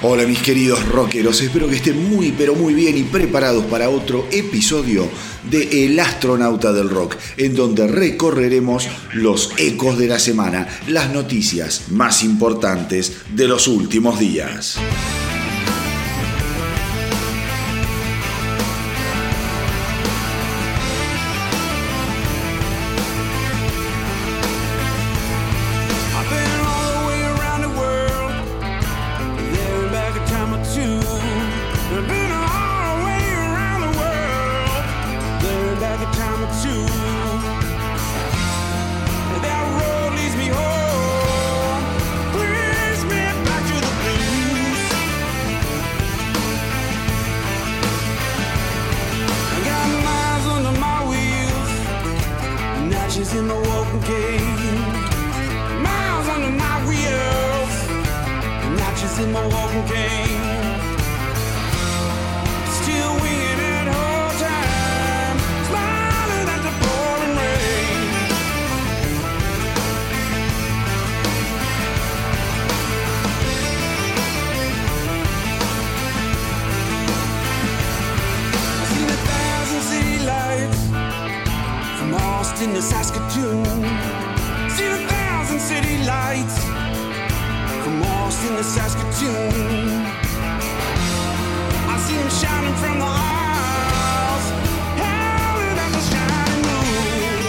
Hola mis queridos rockeros, espero que estén muy pero muy bien y preparados para otro episodio de El Astronauta del Rock, en donde recorreremos los ecos de la semana, las noticias más importantes de los últimos días. In the walking cane, miles under my wheels, notches in my walking cane, still winging it all time, smiling at the pouring rain. I've seen 1,000 city lights from Austin to Saskatoon. Seen 1,000 city lights from Austin to Saskatoon. I see them shining from the aisles, howling at the shining moon.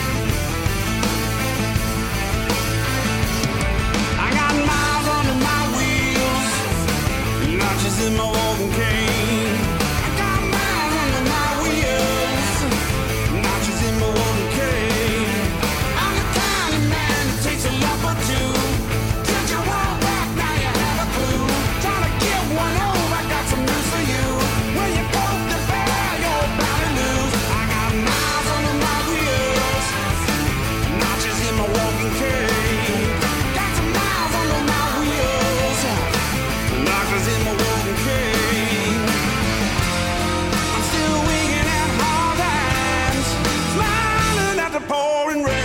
I got miles under my wheels, notches in my walking cane. I got miles under my wheels, notches in my walking cane. I'm the kind of man that takes a lap or two. Did you walk back, now you have a clue. Trying to get one over, I got some news for you. When you poke the bear, you're bound to lose. I got miles under my wheels, notches in my walking cane. Got some miles under my wheels, notches in my walking cane. I'm still winging at hard times, smiling at the pouring rain.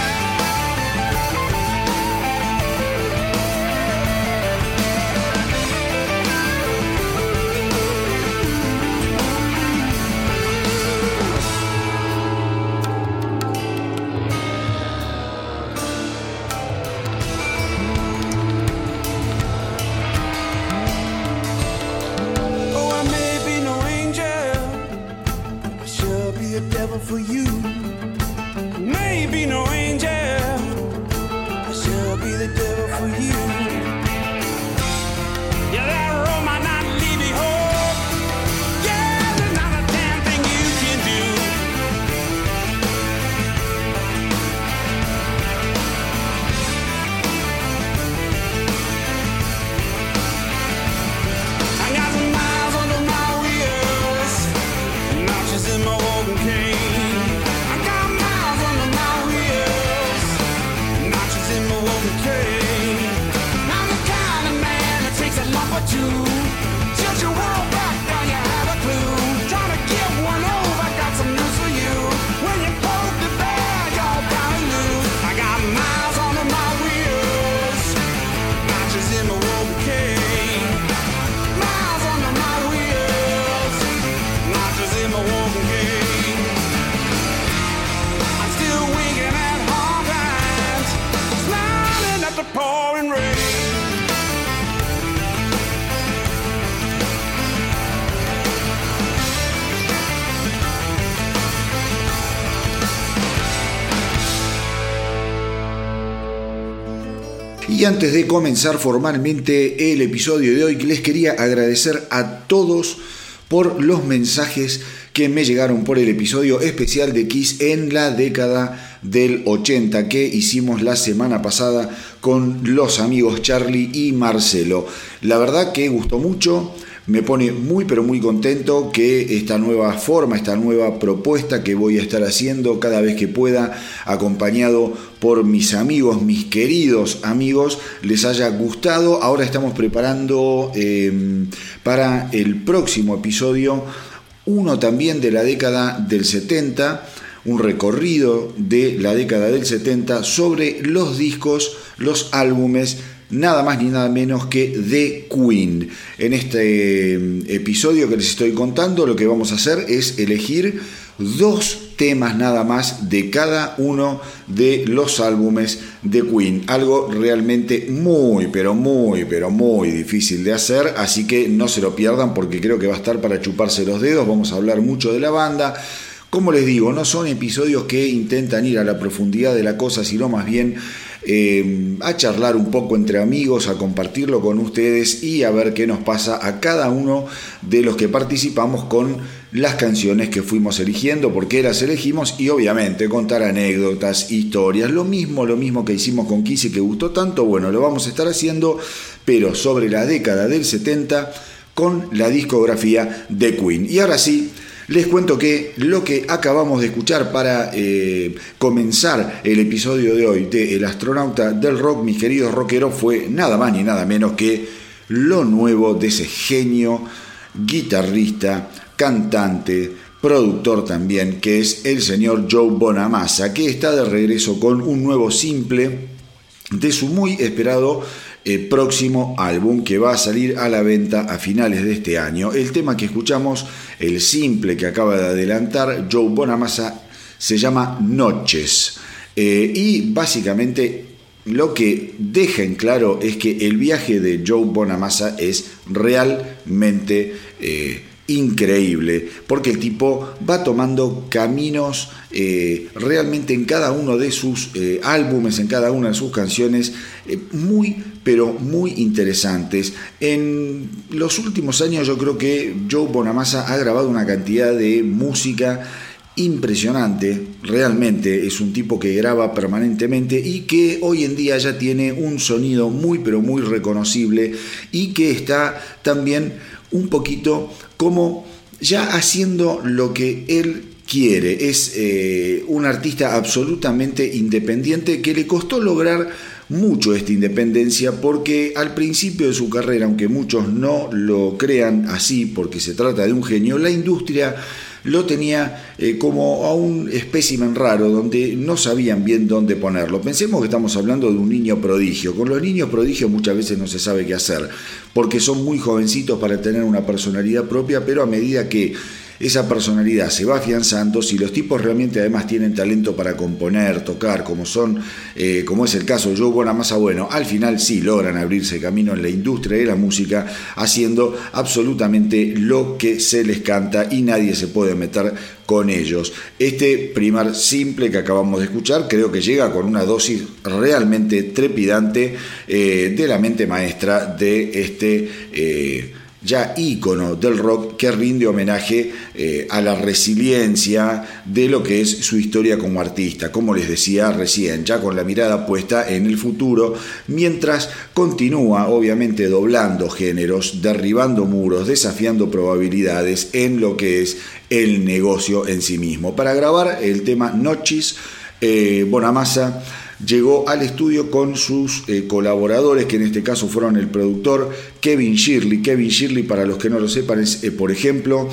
Oh, I may be no angel, I sure be a devil for you. Maybe no angel, I sure be the devil for you. Yeah, that road might not lead me home. Yeah, there's not a damn thing you can do. I got some miles under my wheels, notches in my walking cane. I got miles under my wheels, notches in my walking cane. I'm the kind of man that takes a lump or two. Tilt your world back, now you have a clue. Trying to get one over, got some news for you. When you poke the bear, you're bound to lose. I got miles under my wheels, notches in my walking cane. Miles under my wheels, notches in my walking cane. I'm still winking at hard times, smiling at the pouring rain. Y antes de comenzar formalmente el episodio de hoy, les quería agradecer a todos por los mensajes que me llegaron por el episodio especial de Kiss en la década del 80 que hicimos la semana pasada con los amigos Charlie y Marcelo. La verdad que gustó mucho. Me pone muy pero muy contento que esta nueva forma, esta nueva propuesta que voy a estar haciendo cada vez que pueda, acompañado por mis amigos, mis queridos amigos, les haya gustado. Ahora estamos preparando para el próximo episodio uno también de la década del 70, un recorrido de la década del 70 sobre los discos, los álbumes, nada más ni nada menos que de Queen. En este episodio que les estoy contando, lo que vamos a hacer es elegir 2 temas nada más de cada uno de los álbumes de Queen. Algo realmente muy difícil de hacer, así que no se lo pierdan porque creo que va a estar para chuparse los dedos. Vamos a hablar mucho de la banda. Como les digo, no son episodios que intentan ir a la profundidad de la cosa, sino más bien a charlar un poco entre amigos, a compartirlo con ustedes y a ver qué nos pasa a cada uno de los que participamos con las canciones que fuimos eligiendo, por qué las elegimos y obviamente contar anécdotas, historias, lo mismo que hicimos con Kiss y que gustó tanto. Bueno, lo vamos a estar haciendo, pero sobre la década del 70 con la discografía de Queen. Y ahora sí, les cuento que lo que acabamos de escuchar para comenzar el episodio de hoy de El Astronauta del Rock, mis queridos rockeros, fue nada más ni nada menos que lo nuevo de ese genio, guitarrista, cantante, productor también, que es el señor Joe Bonamassa, que está de regreso con un nuevo simple de su muy esperado próximo álbum que va a salir a la venta a finales de este año. El tema que escuchamos, el simple que acaba de adelantar Joe Bonamassa, se llama Noches, y básicamente lo que deja en claro es que el viaje de Joe Bonamassa es realmente increíble, porque el tipo va tomando caminos realmente en cada uno de sus álbumes, en cada una de sus canciones, muy interesantes. En los últimos años yo creo que Joe Bonamassa ha grabado una cantidad de música impresionante. Realmente es un tipo que graba permanentemente y que hoy en día ya tiene un sonido muy reconocible y que está también un poquito como ya haciendo lo que él quiere. Es un artista absolutamente independiente que le costó lograr mucho esta independencia, porque al principio de su carrera, aunque muchos no lo crean así porque se trata de un genio, la industria lo tenía como a un espécimen raro, donde no sabían bien dónde ponerlo. Pensemos que estamos hablando de un niño prodigio. Con los niños prodigios muchas veces no se sabe qué hacer, porque son muy jovencitos para tener una personalidad propia, pero a medida que esa personalidad se va afianzando, si los tipos realmente además tienen talento para componer, tocar, como es el caso de Joe Bonamassa, bueno, al final sí logran abrirse camino en la industria de la música, haciendo absolutamente lo que se les canta y nadie se puede meter con ellos. Este primer simple que acabamos de escuchar creo que llega con una dosis realmente trepidante de la mente maestra de este ya ícono del rock, que rinde homenaje a la resiliencia de lo que es su historia como artista, como les decía recién, ya con la mirada puesta en el futuro, mientras continúa obviamente doblando géneros, derribando muros, desafiando probabilidades en lo que es el negocio en sí mismo. Para grabar el tema Noches, Bonamassa llegó al estudio con sus colaboradores, que en este caso fueron el productor Kevin Shirley. Kevin Shirley, para los que no lo sepan, es, por ejemplo,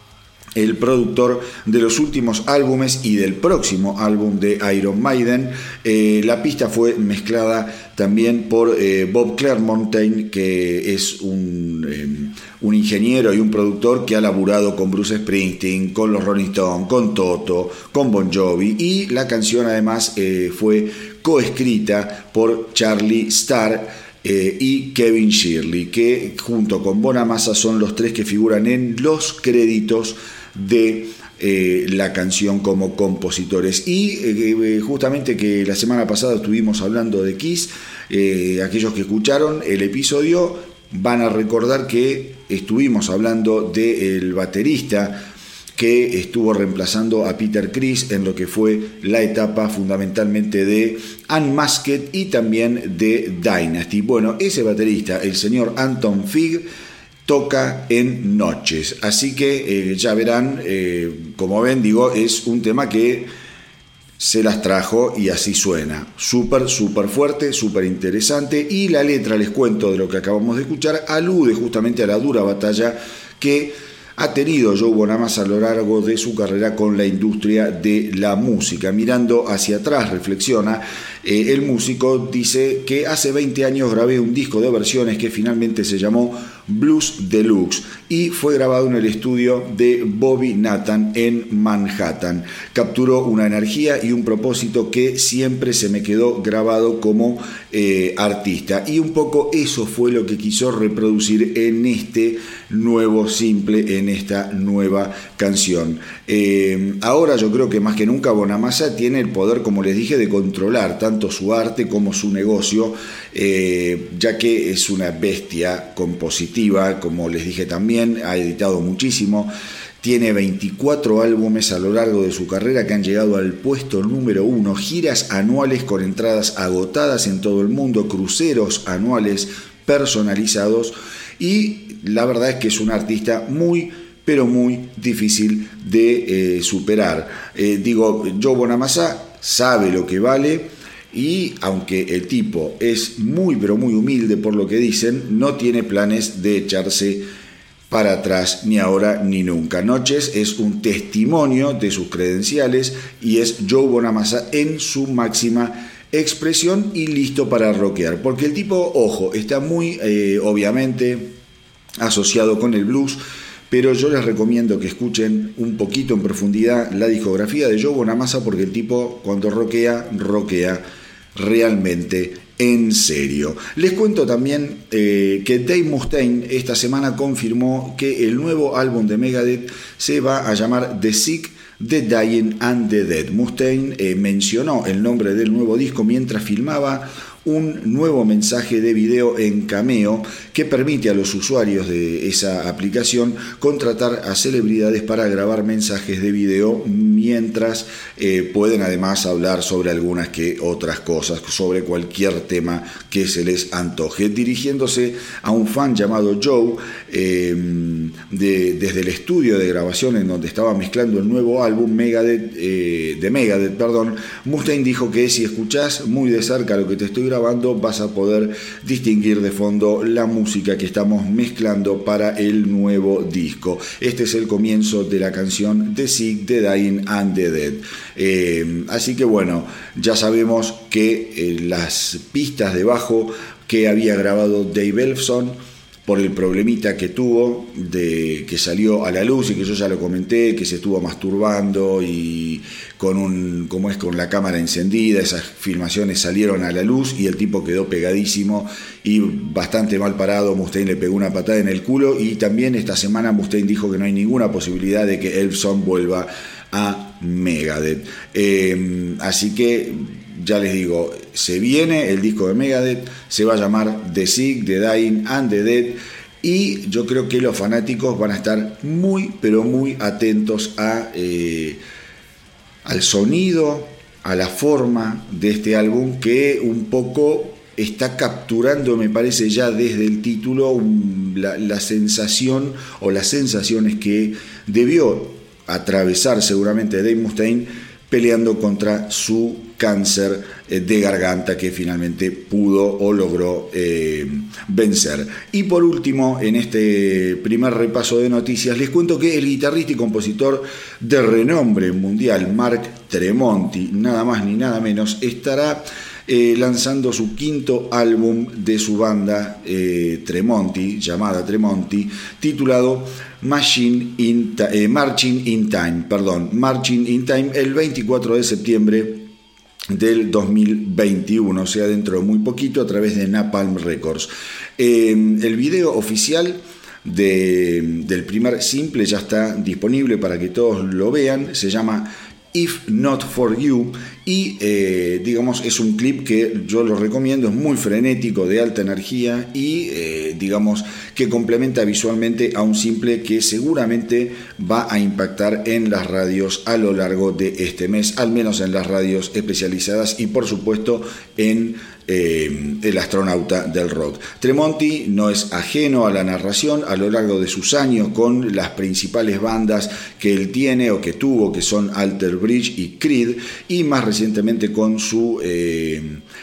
el productor de los últimos álbumes y del próximo álbum de Iron Maiden. La pista fue mezclada también por Bob Clearmountain, que es un ingeniero y un productor que ha laburado con Bruce Springsteen, con los Rolling Stones, con Toto, con Bon Jovi, y la canción además fue coescrita por Charlie Starr y Kevin Shirley, que junto con Bonamassa son los tres que figuran en los créditos de la canción como compositores. Y justamente que la semana pasada estuvimos hablando de Kiss, aquellos que escucharon el episodio van a recordar que estuvimos hablando del baterista que estuvo reemplazando a Peter Criss en lo que fue la etapa fundamentalmente de Unmasked y también de Dynasty. Bueno, ese baterista, el señor Anton Fig, toca en Noches, así que ya verán, como ven, digo, es un tema que se las trajo y así suena, súper fuerte, súper interesante, y la letra, les cuento de lo que acabamos de escuchar, alude justamente a la dura batalla que ha tenido Joe Bonamassa a lo largo de su carrera con la industria de la música. Mirando hacia atrás, reflexiona, el músico dice que hace 20 años grabé un disco de versiones que finalmente se llamó Blues Deluxe y fue grabado en el estudio de Bobby Nathan en Manhattan. Capturó una energía y un propósito que siempre se me quedó grabado como artista, y un poco eso fue lo que quiso reproducir en este nuevo simple, en esta nueva canción. Ahora yo creo que más que nunca Bonamassa tiene el poder, como les dije, de controlar tanto su arte como su negocio, ya que es una bestia compositiva, como les dije también, ha editado muchísimo. Tiene 24 álbumes a lo largo de su carrera que han llegado al puesto número 1, giras anuales con entradas agotadas en todo el mundo, cruceros anuales personalizados, y la verdad es que es un artista muy, pero muy difícil de superar. Joe Bonamassa sabe lo que vale, y aunque el tipo es muy, pero muy humilde por lo que dicen, no tiene planes de echarse para atrás ni ahora ni nunca. Noches es un testimonio de sus credenciales y es Joe Bonamassa en su máxima expresión y listo para rockear, porque el tipo, ojo, está muy obviamente asociado con el blues, pero yo les recomiendo que escuchen un poquito en profundidad la discografía de Joe Bonamassa, porque el tipo cuando rockea realmente en serio. Les cuento también que Dave Mustaine esta semana confirmó que el nuevo álbum de Megadeth se va a llamar The Sick, The Dying and the Dead. Mustaine mencionó el nombre del nuevo disco mientras filmaba un nuevo mensaje de video en Cameo que permite a los usuarios de esa aplicación contratar a celebridades para grabar mensajes de video mientras pueden además hablar sobre algunas que otras cosas, sobre cualquier tema que se les antoje. Dirigiéndose a un fan llamado Joe desde el estudio de grabación en donde estaba mezclando el nuevo álbum de Megadeth, Mustaine dijo que si escuchás muy de cerca lo que te estoy grabando vas a poder distinguir de fondo la música que estamos mezclando para el nuevo disco. Este es el comienzo de la canción The Sick, The Dying and the Dead. Así que bueno, ya sabemos que las pistas de bajo que había grabado Dave Ellefson, por el problemita que tuvo, de que salió a la luz y que yo ya lo comenté, que se estuvo masturbando y con la cámara encendida, esas filmaciones salieron a la luz y el tipo quedó pegadísimo y bastante mal parado. Mustaine le pegó una patada en el culo, y también esta semana Mustaine dijo que no hay ninguna posibilidad de que Ellefson vuelva a Megadeth. Así que ya les digo, se viene el disco de Megadeth, se va a llamar The Sick, The Dying and the Dead, y yo creo que los fanáticos van a estar muy, pero muy atentos al sonido, a la forma de este álbum, que un poco está capturando, me parece ya desde el título, la sensación o las sensaciones que debió atravesar seguramente Dave Mustaine peleando contra su cáncer de garganta, que finalmente pudo o logró vencer. Y por último, en este primer repaso de noticias, les cuento que el guitarrista y compositor de renombre mundial Mark Tremonti, nada más ni nada menos, estará lanzando su quinto álbum de su banda llamada Tremonti, titulado Marching in Time, el 24 de septiembre del 2021, o sea, dentro de muy poquito, a través de Napalm Records. El video oficial del primer simple ya está disponible para que todos lo vean. Se llama If Not For You, y es un clip que yo lo recomiendo, es muy frenético, de alta energía, y que complementa visualmente a un simple que seguramente va a impactar en las radios a lo largo de este mes, al menos en las radios especializadas y por supuesto en el astronauta del rock. Tremonti no es ajeno a la narración a lo largo de sus años con las principales bandas que él tiene o que tuvo, que son Alter Bridge y Creed, y más recientemente con su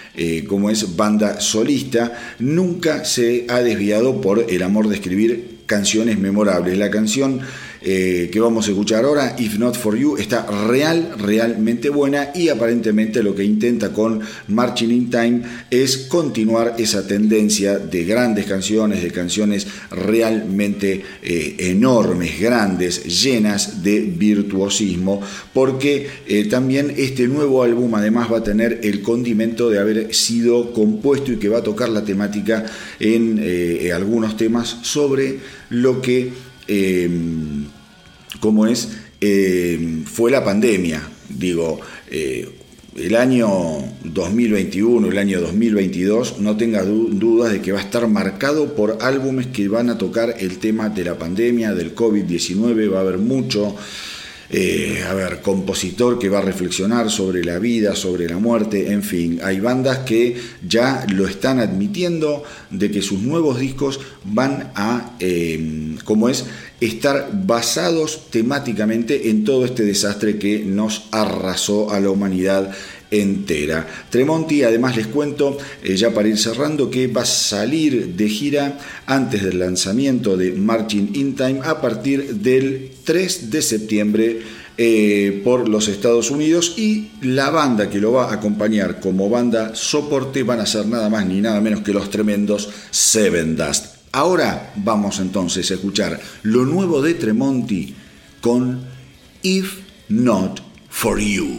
banda solista. Nunca se ha desviado por el amor de escribir canciones memorables. La canción que vamos a escuchar ahora, If Not For You, está realmente buena, y aparentemente lo que intenta con Marching in Time es continuar esa tendencia de grandes canciones, de canciones realmente enormes, grandes, llenas de virtuosismo, porque también este nuevo álbum además va a tener el condimento de haber sido compuesto y que va a tocar la temática en algunos temas sobre lo que fue la pandemia. Digo, el año 2021, el año 2022, no tenga dudas de que va a estar marcado por álbumes que van a tocar el tema de la pandemia, del COVID-19. Va a haber mucho compositor que va a reflexionar sobre la vida, sobre la muerte, en fin. Hay bandas que ya lo están admitiendo, de que sus nuevos discos van a estar basados temáticamente en todo este desastre que nos arrasó a la humanidad entera. Tremonti, además les cuento, ya para ir cerrando, que va a salir de gira antes del lanzamiento de Marching in Time a partir del 3 de septiembre por los Estados Unidos, y la banda que lo va a acompañar como banda soporte van a ser nada más ni nada menos que los tremendos Sevendust. Ahora vamos entonces a escuchar lo nuevo de Tremonti con If Not For You.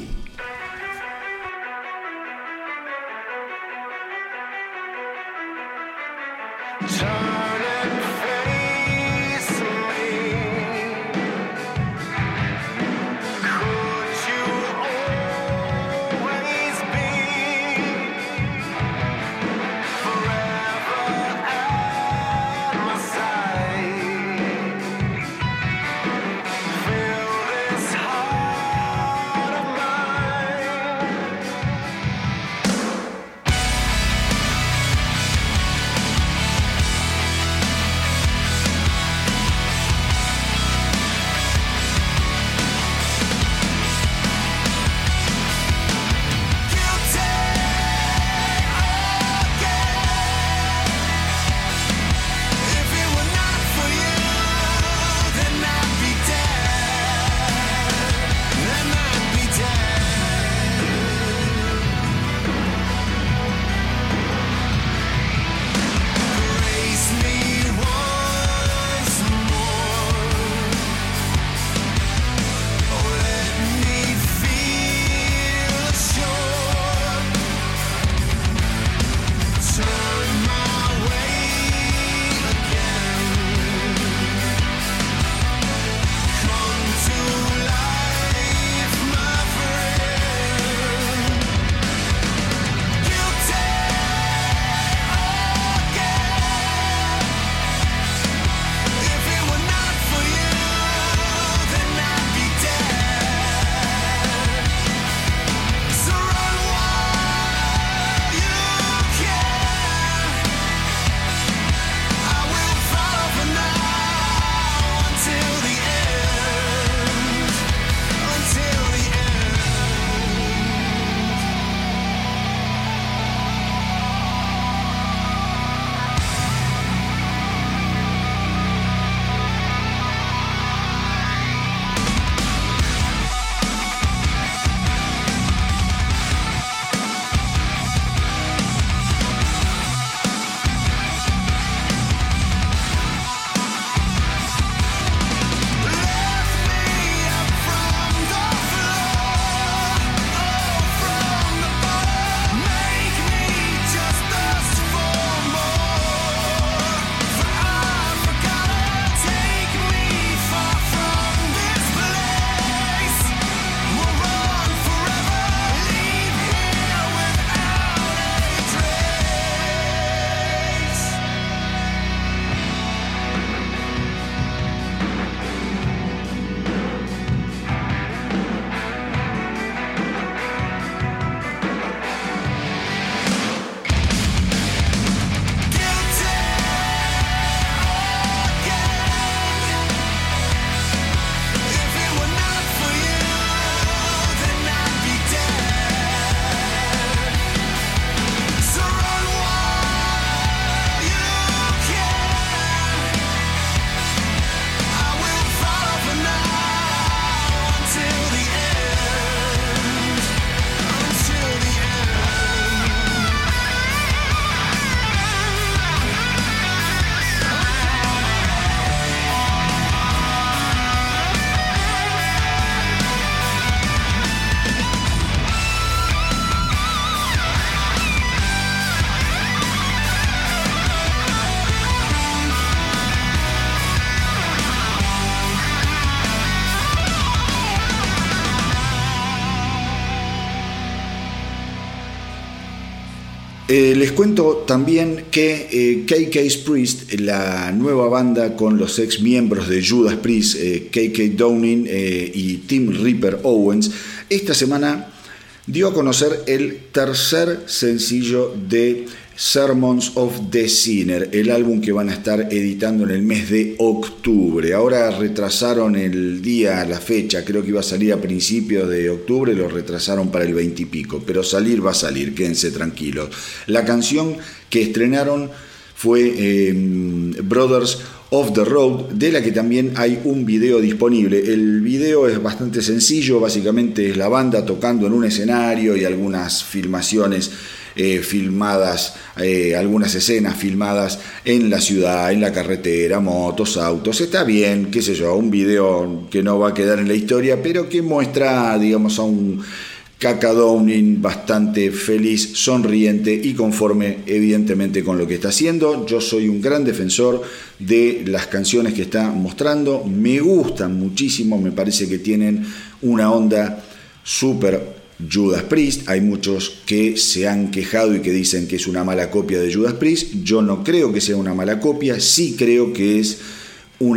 Les cuento también que KK Priest, la nueva banda con los ex miembros de Judas Priest, KK Downing y Tim Ripper Owens, esta semana dio a conocer el tercer sencillo de Sermons of the Sinner, el álbum que van a estar editando en el mes de octubre. Ahora retrasaron el día, la fecha, creo que iba a salir a principios de octubre, lo retrasaron para el 20 y pico, pero salir va a salir, quédense tranquilos. La canción que estrenaron fue Brothers of the Road, de la que también hay un video disponible. El video es bastante sencillo, básicamente es la banda tocando en un escenario y algunas filmaciones filmadas, algunas escenas filmadas en la ciudad, en la carretera, motos, autos. Está bien, qué sé yo, un video que no va a quedar en la historia, pero que muestra, digamos, a un KK Downing bastante feliz, sonriente y conforme evidentemente con lo que está haciendo. Yo soy un gran defensor de las canciones que está mostrando, me gustan muchísimo, me parece que tienen una onda súper Judas Priest. Hay muchos que se han quejado y que dicen que es una mala copia de Judas Priest. Yo no creo que sea una mala copia, sí creo que es un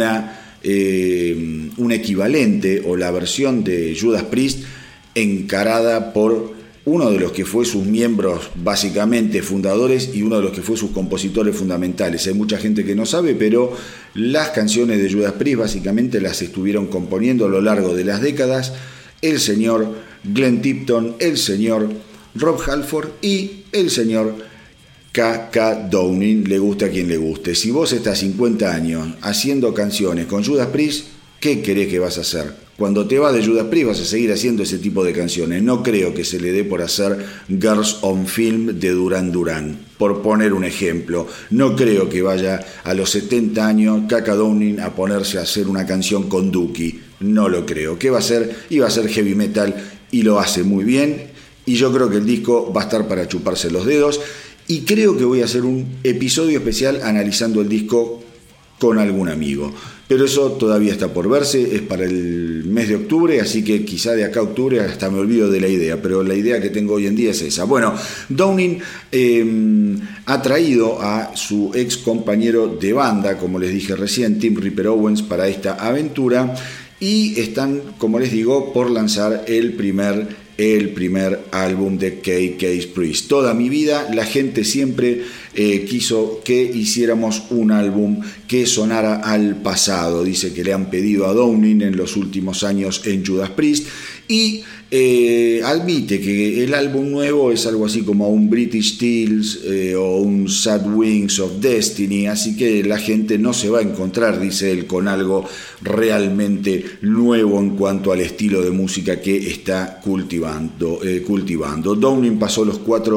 equivalente o la versión de Judas Priest encarada por uno de los que fue sus miembros básicamente fundadores y uno de los que fue sus compositores fundamentales. Hay mucha gente que no sabe, pero las canciones de Judas Priest básicamente las estuvieron componiendo a lo largo de las décadas el señor Glenn Tipton, el señor Rob Halford y el señor KK Downing, le guste a quien le guste. Si vos estás 50 años haciendo canciones con Judas Priest, ¿qué querés que vas a hacer? Cuando te vas de Judas Priest vas a seguir haciendo ese tipo de canciones. No creo que se le dé por hacer Girls on Film de Duran Duran, por poner un ejemplo. No creo que vaya a los 70 años KK Downing a ponerse a hacer una canción con Dookie. No lo creo. ¿Qué va a hacer? Iba a hacer heavy metal y lo hace muy bien. Y yo creo que el disco va a estar para chuparse los dedos. Y creo que voy a hacer un episodio especial analizando el disco con algún amigo. Pero eso todavía está por verse, es para el mes de octubre, así que quizá de acá a octubre hasta me olvido de la idea, pero la idea que tengo hoy en día es esa. Bueno, Downing ha traído a su ex compañero de banda, como les dije recién, Tim Ripper Owens, para esta aventura, y están, como les digo, por lanzar el primer álbum de KK Priest. Toda mi vida la gente siempre quiso que hiciéramos un álbum que sonara al pasado. Dice que le han pedido a Downing en los últimos años en Judas Priest y admite que el álbum nuevo es algo así como un British Steels o un Sad Wings of Destiny, así que la gente no se va a encontrar, dice él, con algo realmente nuevo en cuanto al estilo de música que está cultivando. Downing pasó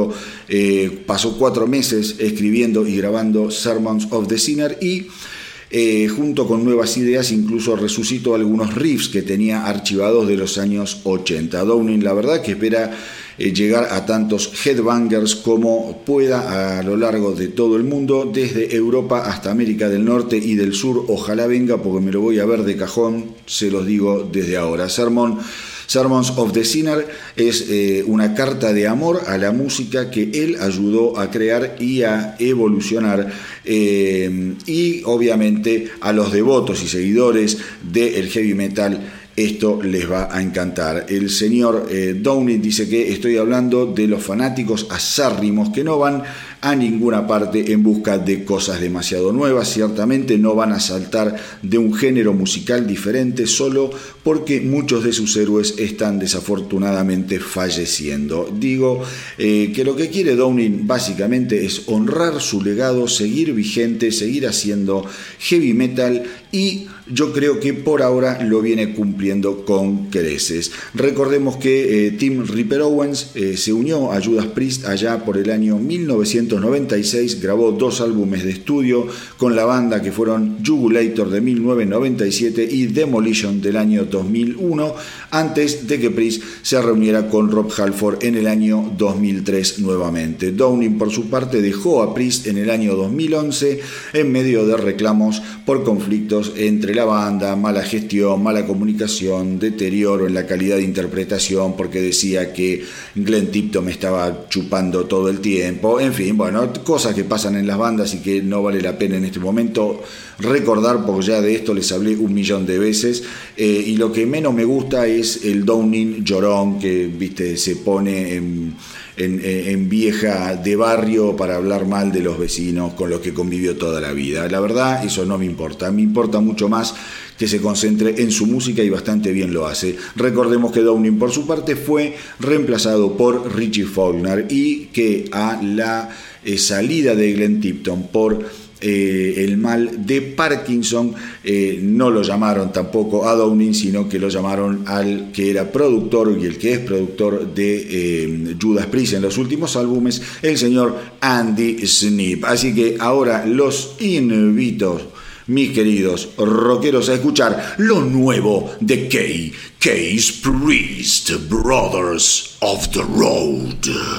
4 meses escribiendo y grabando Sermons of the Sinner y junto con nuevas ideas incluso resucitó algunos riffs que tenía archivados de los años 80. Downing, la verdad, que espera llegar a tantos headbangers como pueda a lo largo de todo el mundo, desde Europa hasta América del Norte y del Sur. Ojalá venga, porque me lo voy a ver de cajón, se los digo desde ahora. Sermons of the Sinner es una carta de amor a la música que él ayudó a crear y a evolucionar, y obviamente a los devotos y seguidores del heavy metal esto les va a encantar. El señor Downing dice que estoy hablando de los fanáticos acérrimos que no van a ninguna parte en busca de cosas demasiado nuevas. Ciertamente no van a saltar de un género musical diferente solo porque muchos de sus héroes están desafortunadamente falleciendo. Digo que lo que quiere Downing básicamente es honrar su legado, seguir vigente, seguir haciendo heavy metal, y yo creo que por ahora lo viene cumpliendo con creces. Recordemos que Tim Ripper Owens se unió a Judas Priest allá por el año 1990 1996 grabó 2 álbumes de estudio con la banda que fueron Jugulator de 1997 y Demolition del año 2001, antes de que Priest se reuniera con Rob Halford en el año 2003 nuevamente. Downing, por su parte, dejó a Priest en el año 2011 en medio de reclamos por conflictos entre la banda, mala gestión, mala comunicación, deterioro en la calidad de interpretación, porque decía que Glenn Tipton me estaba chupando todo el tiempo, en fin, bueno, cosas que pasan en las bandas y que no vale la pena en este momento recordar, porque ya de esto les hablé 1.000.000 de veces, y lo que menos me gusta es el Downing llorón que, viste, se pone en vieja de barrio para hablar mal de los vecinos con los que convivió toda la vida. La verdad, eso no me importa mucho más que se concentre en su música, y bastante bien lo hace. Recordemos que Downing, por su parte, fue reemplazado por Richie Faulkner, y que a la salida de Glenn Tipton por el mal de Parkinson, no lo llamaron tampoco a Downing, sino que lo llamaron al que era productor y el que es productor de Judas Priest en los últimos álbumes, el señor Andy Sneap. Así que ahora los invito, mis queridos rockeros, a escuchar lo nuevo de Case Priest, Brothers of the Road.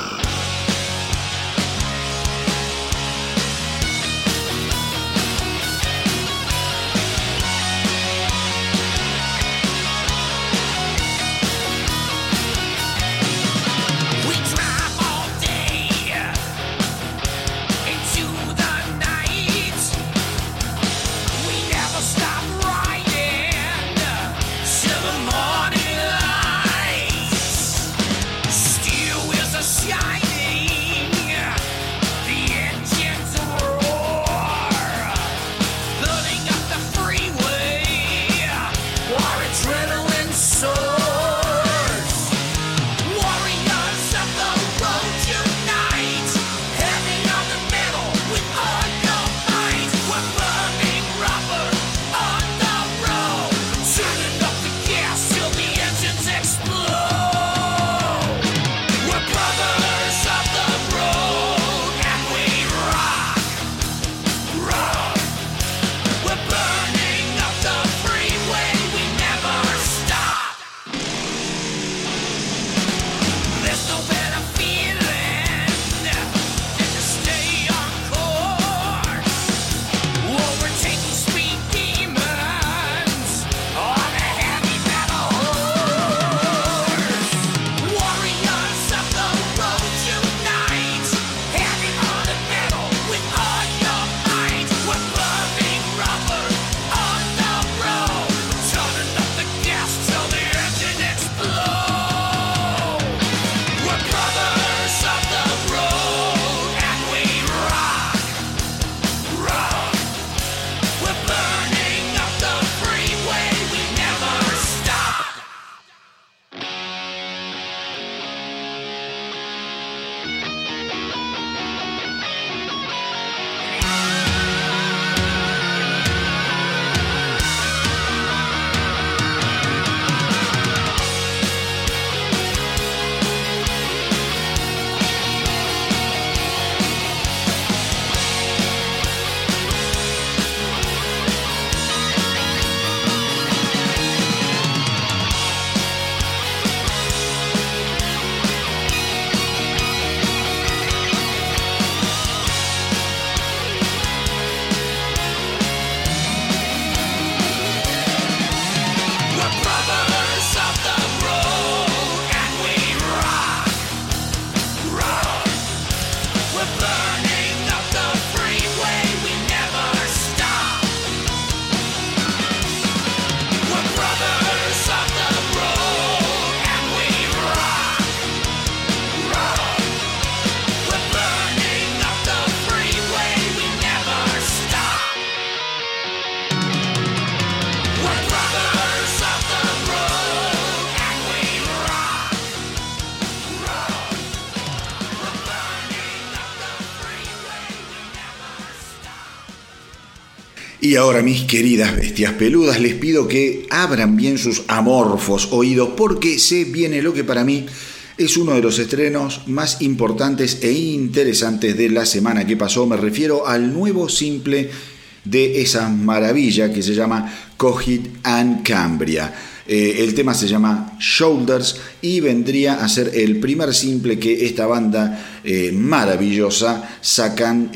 Y ahora, mis queridas bestias peludas, les pido que abran bien sus amorfos oídos, porque se viene lo que para mí es uno de los estrenos más importantes e interesantes de la semana que pasó. Me refiero al nuevo simple de esa maravilla que se llama Coheed and Cambria. El tema se llama Shoulders y vendría a ser el primer simple que esta banda maravillosa sacan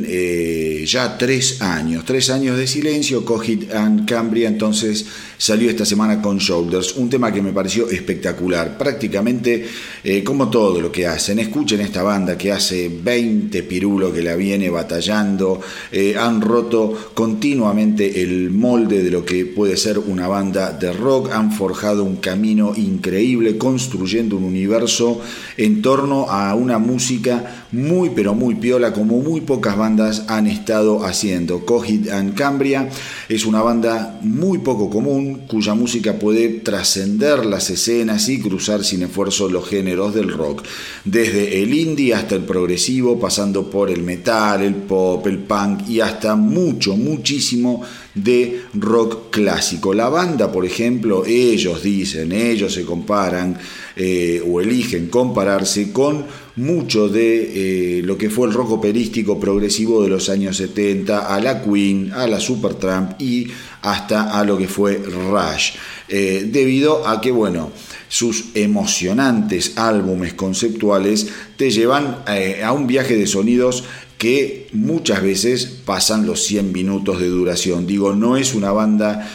en ya 3 años. 3 años de silencio. Coheed and Cambria entonces salió esta semana con Shoulders, un tema que me pareció espectacular. Prácticamente como todo lo que hacen. Escuchen esta banda que hace 20 pirulos que la viene batallando. Han roto continuamente el molde de lo que puede ser una banda de rock. Han forjado un camino increíble construyendo un universo en torno a una música muy pero muy piola, como muy pocas bandas han estado haciendo. Coheed and Cambria es una banda muy poco común, cuya música puede trascender las escenas y cruzar sin esfuerzo los géneros del rock, desde el indie hasta el progresivo, pasando por el metal, el pop, el punk y hasta muchísimo de rock clásico. La banda, por ejemplo, ellos se comparan o eligen compararse con mucho de lo que fue el rock operístico progresivo de los años 70, a la Queen, a la Supertramp y hasta a lo que fue Rush, debido a que, bueno, sus emocionantes álbumes conceptuales te llevan a un viaje de sonidos que muchas veces pasan los 100 minutos de duración. Digo, no es una banda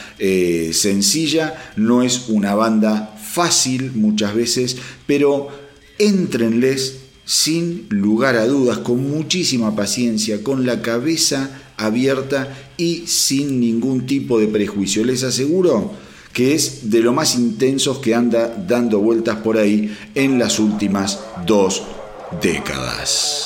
sencilla, no es una banda fácil muchas veces, pero éntrenles sin lugar a dudas, con muchísima paciencia, con la cabeza abierta y sin ningún tipo de prejuicio. Les aseguro que es de lo más intensos que anda dando vueltas por ahí en las últimas 2 décadas.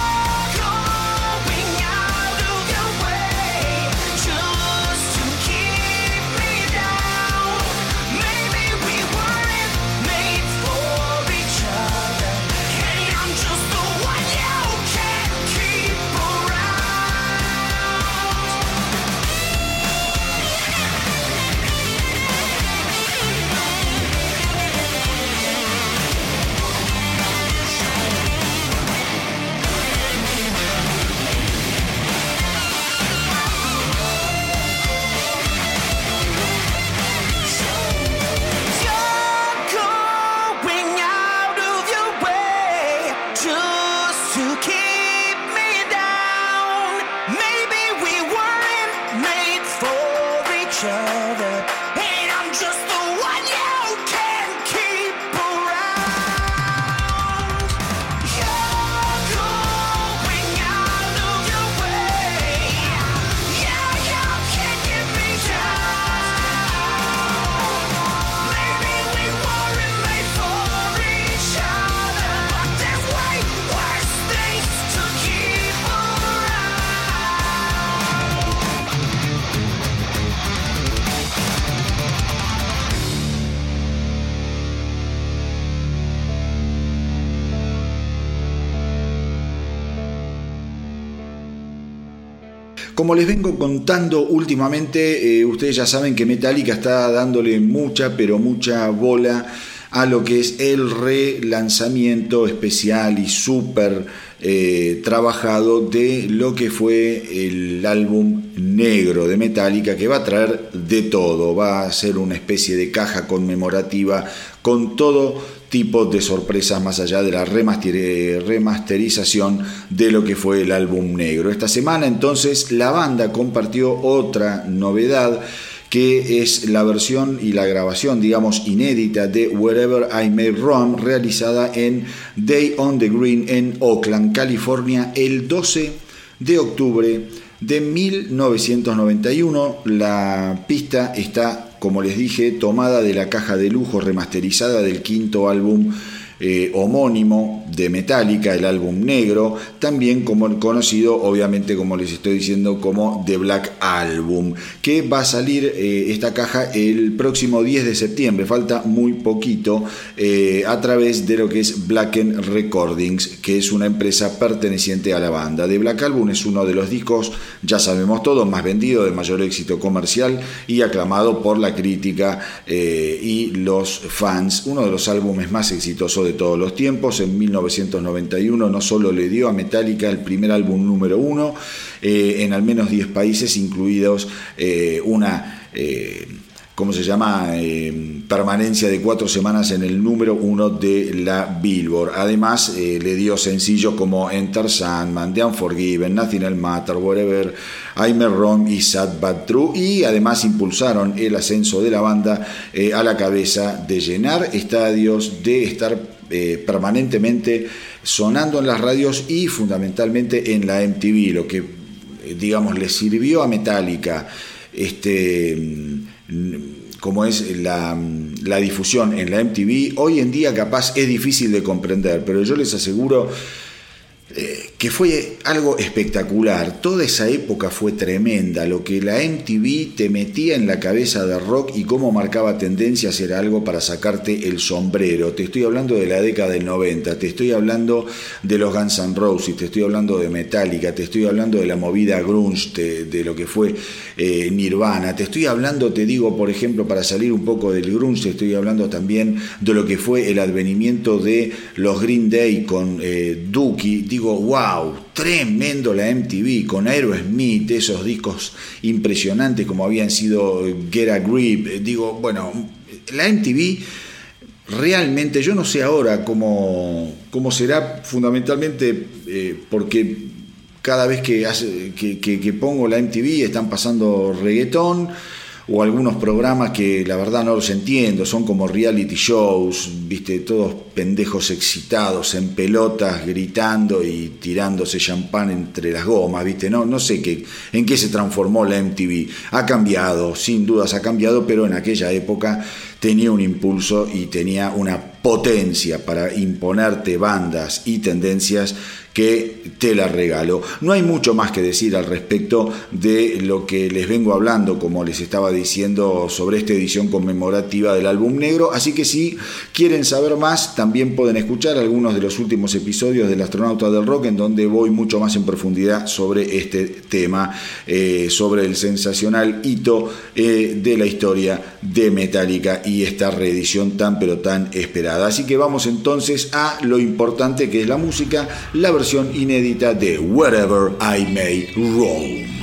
Keep Como les vengo contando últimamente, ustedes ya saben que Metallica está dándole mucha, pero mucha bola a lo que es el relanzamiento especial y súper trabajado de lo que fue el álbum negro de Metallica, que va a traer de todo, va a ser una especie de caja conmemorativa con todo tipo de sorpresas más allá de la remasterización de lo que fue el álbum negro. Esta semana entonces la banda compartió otra novedad, que es la versión y la grabación, digamos, inédita de Wherever I May Roam, realizada en Day on the Green en Oakland, California, el 12 de octubre de 1991. La pista está, como les dije, tomada de la caja de lujo remasterizada del quinto álbum homónimo de Metallica, el álbum negro, también como conocido, obviamente, como les estoy diciendo, como The Black Album, que va a salir esta caja el próximo 10 de septiembre, falta muy poquito, a través de lo que es Blacken Recordings, que es una empresa perteneciente a la banda. The Black Album es uno de los discos, ya sabemos todos, más vendido, de mayor éxito comercial y aclamado por la crítica y los fans, uno de los álbumes más exitosos de todos los tiempos. En 1991 no solo le dio a Metallica el primer álbum número 1 en al menos 10 países, incluidos una permanencia de 4 semanas en el número 1 de la Billboard. Además le dio sencillos como Enter Sandman, The Unforgiven, Nothing Else Matters, Wherever I May Roam y Sad But True, y además impulsaron el ascenso de la banda a la cabeza, de llenar estadios, de estar permanentemente sonando en las radios y fundamentalmente en la MTV, lo que digamos le sirvió a Metallica como es la difusión en la MTV. Hoy en día capaz es difícil de comprender, pero yo les aseguro que fue algo espectacular. Toda esa época fue tremenda. Lo que la MTV te metía en la cabeza de rock y cómo marcaba tendencias era algo para sacarte el sombrero. Te estoy hablando de la década del 90, te estoy hablando de los Guns N' Roses, te estoy hablando de Metallica, te estoy hablando de la movida grunge, de lo que fue Nirvana, te estoy hablando, te digo, por ejemplo, para salir un poco del grunge, te estoy hablando también de lo que fue el advenimiento de los Green Day con Dookie. Digo, wow, tremendo la MTV con Aerosmith, esos discos impresionantes como habían sido Get a Grip. Digo, bueno, la MTV realmente, yo no sé ahora cómo será, fundamentalmente porque cada vez que pongo la MTV están pasando reggaetón o algunos programas que la verdad no los entiendo, son como reality shows, viste, todos pendejos excitados en pelotas gritando y tirándose champán entre las gomas, viste, no sé en qué se transformó la MTV. Ha cambiado, sin dudas ha cambiado, pero en aquella época tenía un impulso y tenía una potencia para imponerte bandas y tendencias que te la regalo. No hay mucho más que decir al respecto de lo que les vengo hablando, como les estaba diciendo, sobre esta edición conmemorativa del álbum negro, así que si quieren saber más, también pueden escuchar algunos de los últimos episodios del Astronauta del Rock, en donde voy mucho más en profundidad sobre este tema, sobre el sensacional hito de la historia de Metallica y esta reedición tan pero tan esperada. Así que vamos entonces a lo importante, que es la música, la versión inédita de Wherever I May Roam.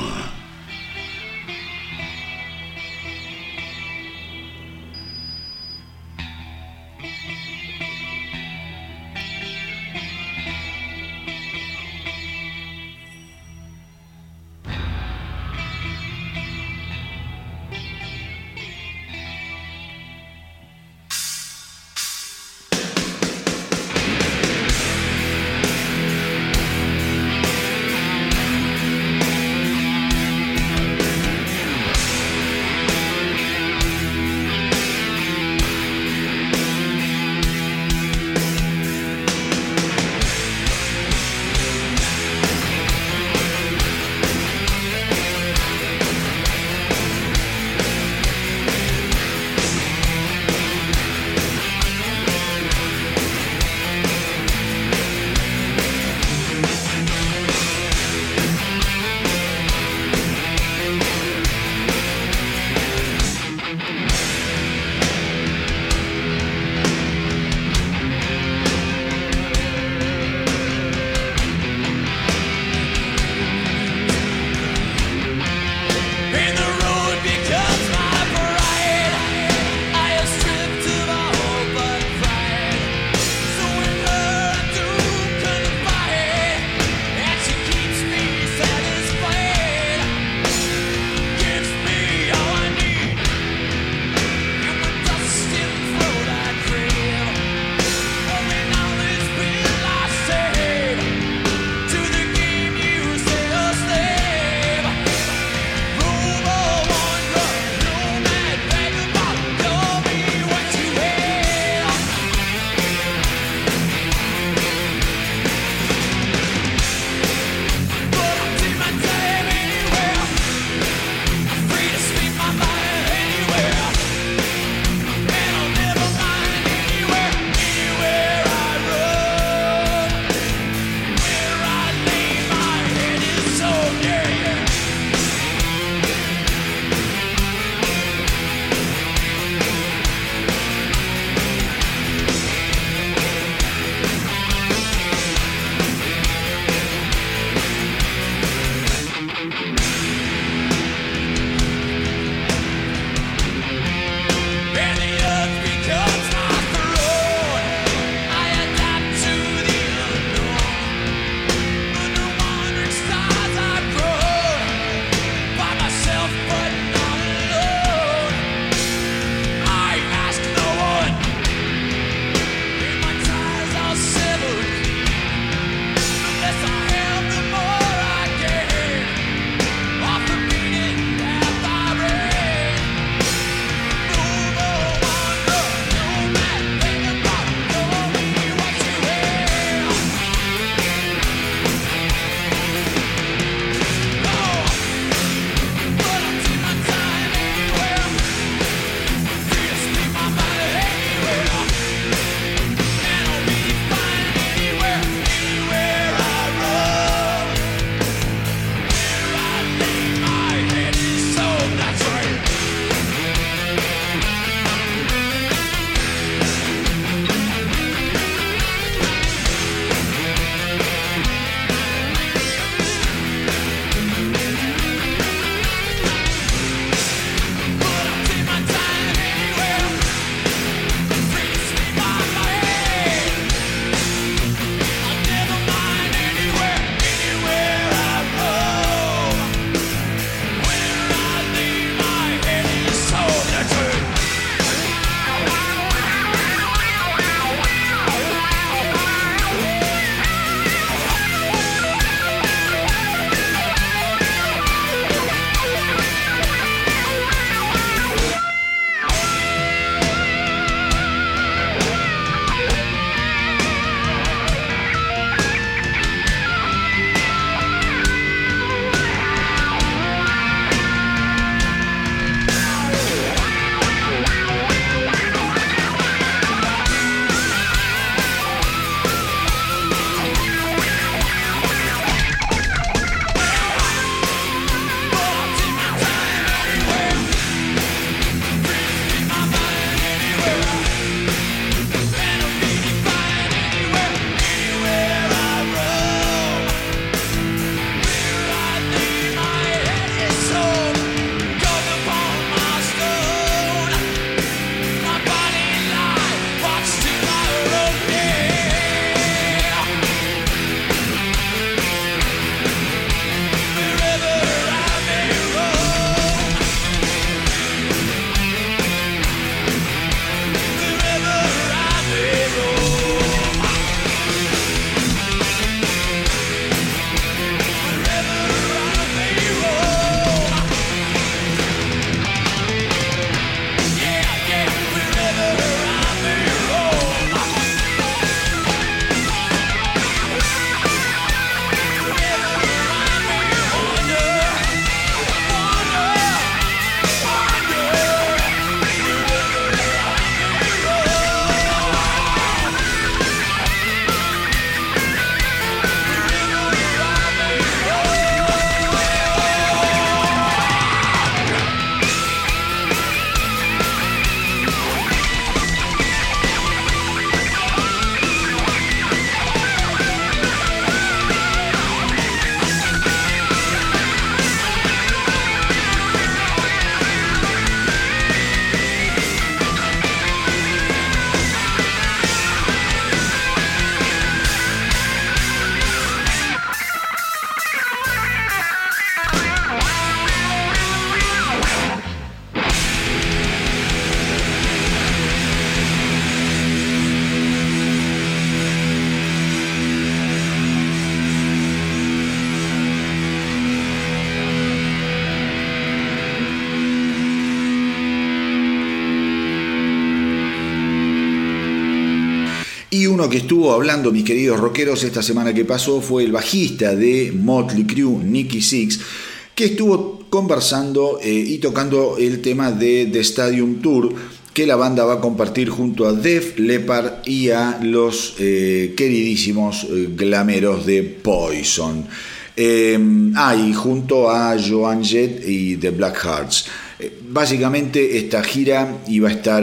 Y uno que estuvo hablando, mis queridos rockeros, esta semana que pasó fue el bajista de Motley Crue, Nicky Sixx, que estuvo conversando y tocando el tema de The Stadium Tour, que la banda va a compartir junto a Def Leppard y a los queridísimos glameros de Poison. Y junto a Joan Jett y The Blackhearts. Básicamente esta gira iba a estar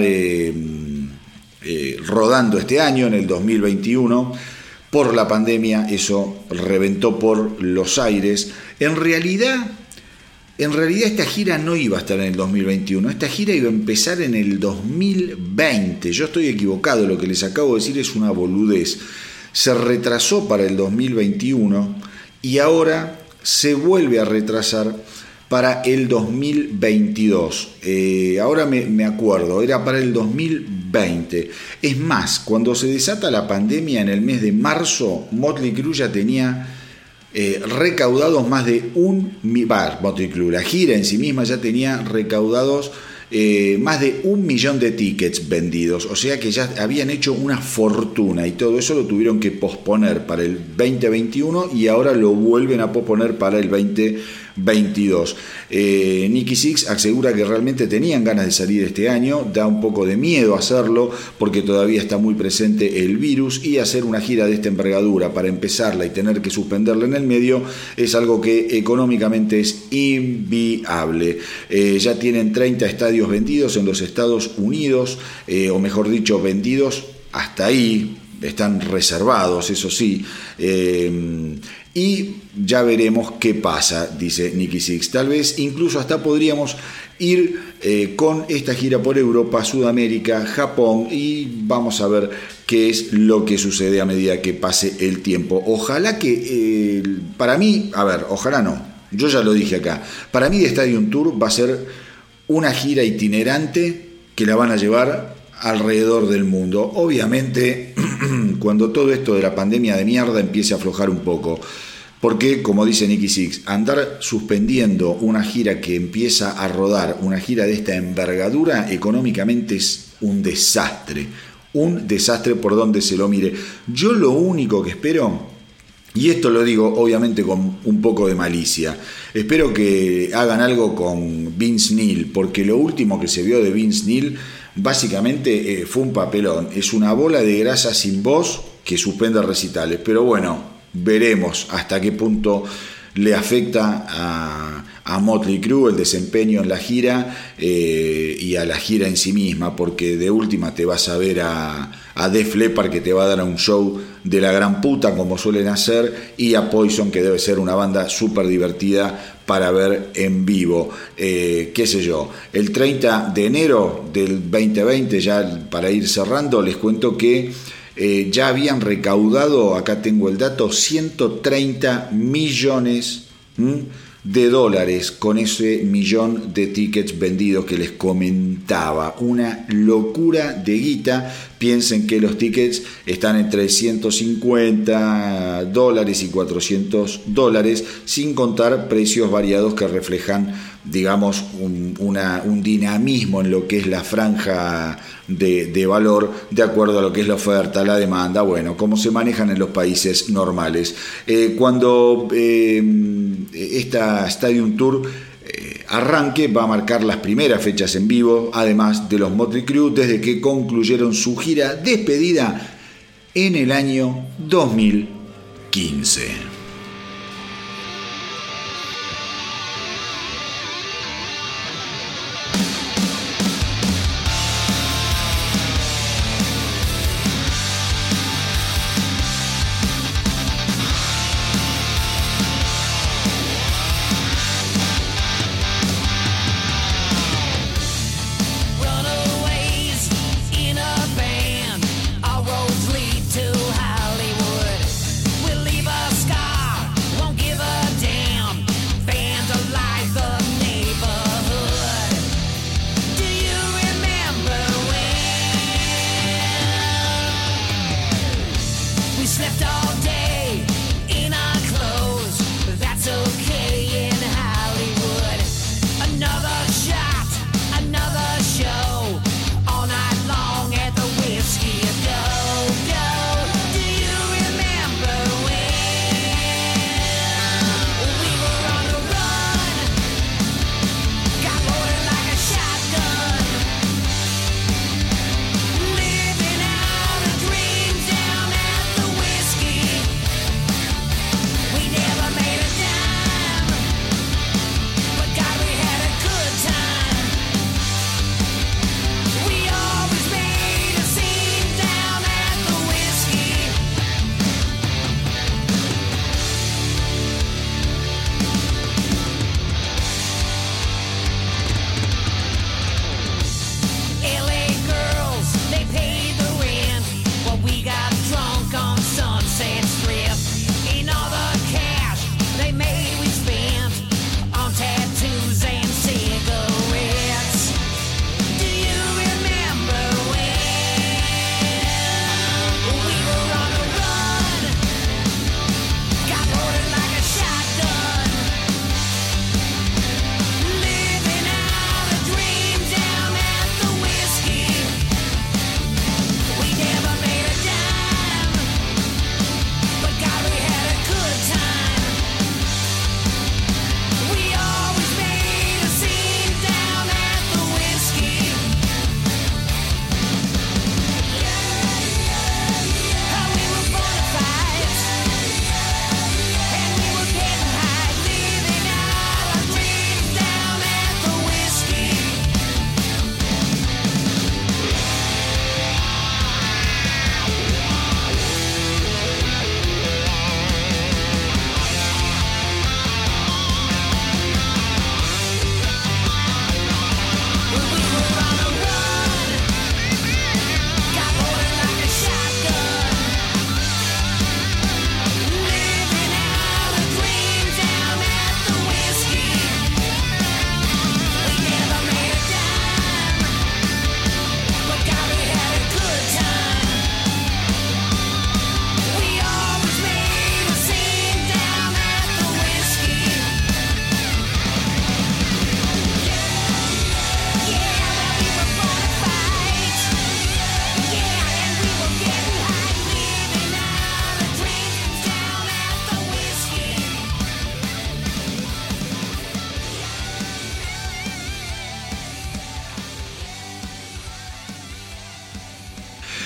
rodando este año, en el 2021. Por la pandemia eso reventó por los aires. En realidad esta gira no iba a estar en el 2021, esta gira iba a empezar en el 2020. Yo estoy equivocado, lo que les acabo de decir es una boludez. Se retrasó para el 2021 y ahora se vuelve a retrasar para el 2022. Ahora me acuerdo, era para el 2020. Es más, cuando se desata la pandemia en el mes de marzo, Motley Crue ya tenía recaudados más de Motley Crue, la gira en sí misma ya tenía recaudados más de 1 millón de tickets vendidos, o sea que ya habían hecho una fortuna y todo eso lo tuvieron que posponer para el 2021 y ahora lo vuelven a posponer para el 2022. Nicky Sixx asegura que realmente tenían ganas de salir este año, da un poco de miedo hacerlo porque todavía está muy presente el virus y hacer una gira de esta envergadura para empezarla y tener que suspenderla en el medio es algo que económicamente es inviable. Ya tienen 30 estadios vendidos en los Estados Unidos, o mejor dicho, vendidos hasta ahí, están reservados, eso sí, y ya veremos qué pasa, dice Nicky Sixx. Tal vez incluso hasta podríamos ir con esta gira por Europa, Sudamérica, Japón, y vamos a ver qué es lo que sucede a medida que pase el tiempo. Ojalá que, para mí, ojalá no, yo ya lo dije acá, para mí The Stadium Tour va a ser una gira itinerante que la van a llevar alrededor del mundo. Obviamente, cuando todo esto de la pandemia de mierda empiece a aflojar un poco, porque, como dice Nicky Sixx, andar suspendiendo una gira que empieza a rodar, una gira de esta envergadura, económicamente es un desastre por donde se lo mire. Yo lo único que espero, y esto lo digo obviamente con un poco de malicia, espero que hagan algo con Vince Neil, porque lo último que se vio de Vince Neil básicamente fue un papelón, es una bola de grasa sin voz que suspende recitales, pero bueno, veremos hasta qué punto le afecta a Motley Crue el desempeño en la gira y a la gira en sí misma, porque de última te vas a ver a Def Leppard, que te va a dar un show de la gran puta como suelen hacer, y a Poison, que debe ser una banda súper divertida para ver en vivo. Qué sé yo, el 30 de enero del 2020, ya para ir cerrando, les cuento que ya habían recaudado, acá tengo el dato, 130 millones de dólares con ese millón de tickets vendidos que les comentaba. Una locura de guita. Piensen que los tickets están entre $150 y $400, sin contar precios variados que reflejan, digamos, un dinamismo en lo que es la franja de valor, de acuerdo a lo que es la oferta, la demanda, bueno, cómo se manejan en los países normales. Cuando esta Stadium Tour arranque, va a marcar las primeras fechas en vivo, además de los Motley Crue, desde que concluyeron su gira despedida en el año 2015. Our roads lead to Hollywood. We'll leave our sky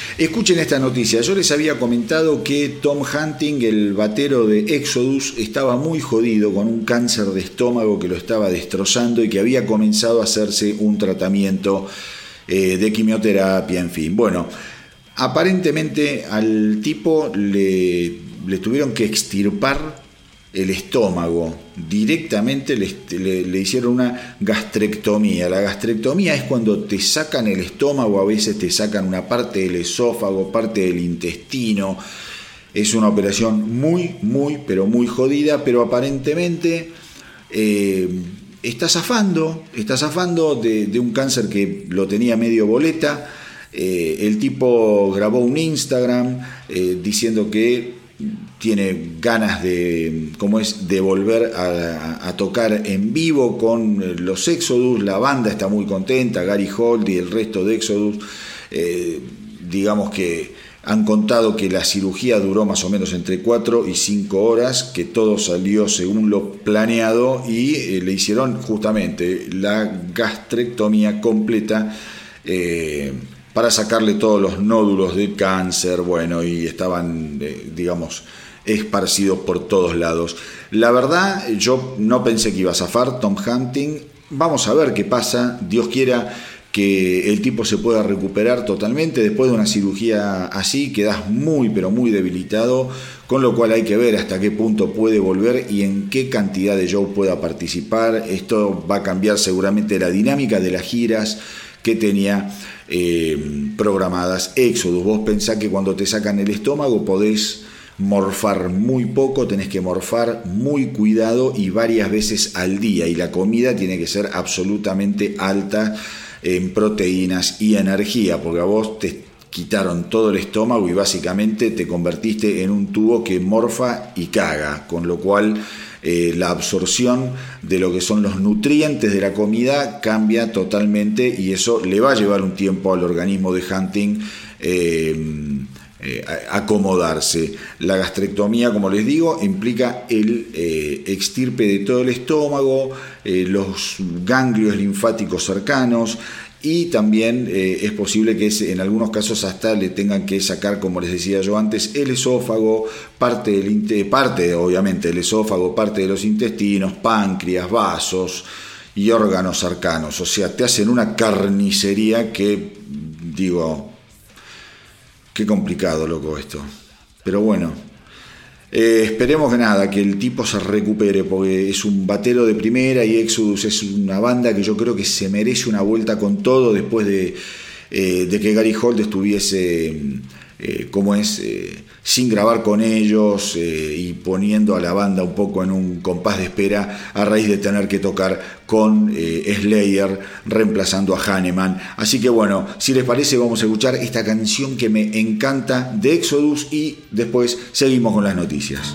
Escuchen esta noticia. Yo les había comentado que Tom Hunting, el batero de Exodus, estaba muy jodido con un cáncer de estómago que lo estaba destrozando y que había comenzado a hacerse un tratamiento de quimioterapia, en fin. Bueno, aparentemente al tipo le tuvieron que extirpar el estómago. Directamente le hicieron una gastrectomía. La gastrectomía es cuando te sacan el estómago, a veces te sacan una parte del esófago, parte del intestino. Es una operación pero muy jodida, pero aparentemente está zafando de un cáncer que lo tenía medio boleta. El tipo grabó un Instagram diciendo que tiene ganas de volver a tocar en vivo con los Exodus. La banda está muy contenta, Gary Holt y el resto de Exodus. Digamos que han contado que la cirugía duró más o menos entre 4 y 5 horas, que todo salió según lo planeado y le hicieron justamente la gastrectomía completa para sacarle todos los nódulos de cáncer, bueno, y estaban, esparcidos por todos lados. La verdad, yo no pensé que iba a zafar Tom Hunting. Vamos a ver qué pasa. Dios quiera que el tipo se pueda recuperar totalmente. Después de una cirugía así, quedas pero muy debilitado, con lo cual hay que ver hasta qué punto puede volver y en qué cantidad de show pueda participar. Esto va a cambiar seguramente la dinámica de las giras que tenía programadas Exodus. Vos pensás que cuando te sacan el estómago podés morfar muy poco, tenés que morfar muy cuidado y varias veces al día, y la comida tiene que ser absolutamente alta en proteínas y energía, porque a vos te quitaron todo el estómago y básicamente te convertiste en un tubo que morfa y caga, con lo cual la absorción de lo que son los nutrientes de la comida cambia totalmente, y eso le va a llevar un tiempo al organismo de Hunting acomodarse. La gastrectomía, como les digo, implica el extirpe de todo el estómago, los ganglios linfáticos cercanos, y también es posible que en algunos casos hasta le tengan que sacar, como les decía yo antes, el esófago, parte obviamente del esófago, parte de los intestinos, páncreas, vasos y órganos cercanos. O sea, te hacen una carnicería que, qué complicado, loco, esto. Pero bueno, esperemos que el tipo se recupere, porque es un batero de primera y Exodus es una banda que yo creo que se merece una vuelta con todo después de que Gary Holt estuviese sin grabar con ellos y poniendo a la banda un poco en un compás de espera a raíz de tener que tocar con Slayer reemplazando a Hanneman. Así que bueno, si les parece, vamos a escuchar esta canción que me encanta de Exodus y después seguimos con las noticias.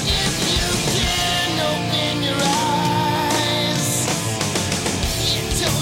Till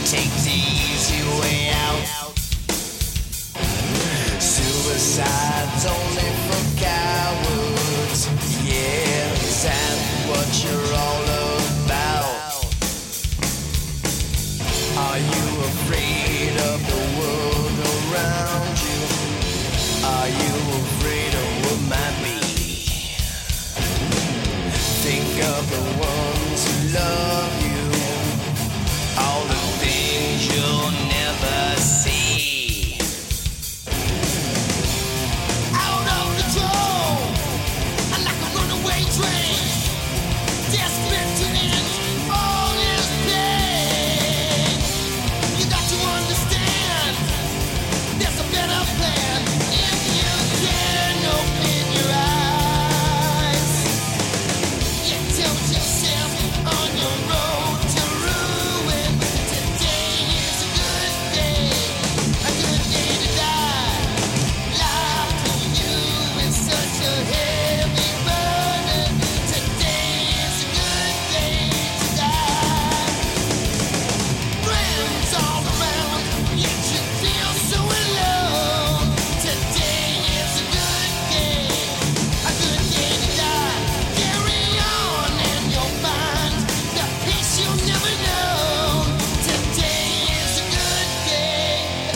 take the easy way out. Suicide's only for cowards. Yeah, is that what you're all about? Are you afraid of the world around you? Are you afraid of what might be? Think of the ones who love you, all the things you'll never see. Out of control, like a runaway train, desperate to end all this pain. You got to understand, there's a better plan. If you can open your eyes, you tilt yourself on your road to ruin. Today is a good day to die. Life for you is such a heavy burden. Today is a good day to die. Friends all around, yet you feel so alone. Today is a good day to die. Carry on and you'll find the peace you'll never know. Today is a good day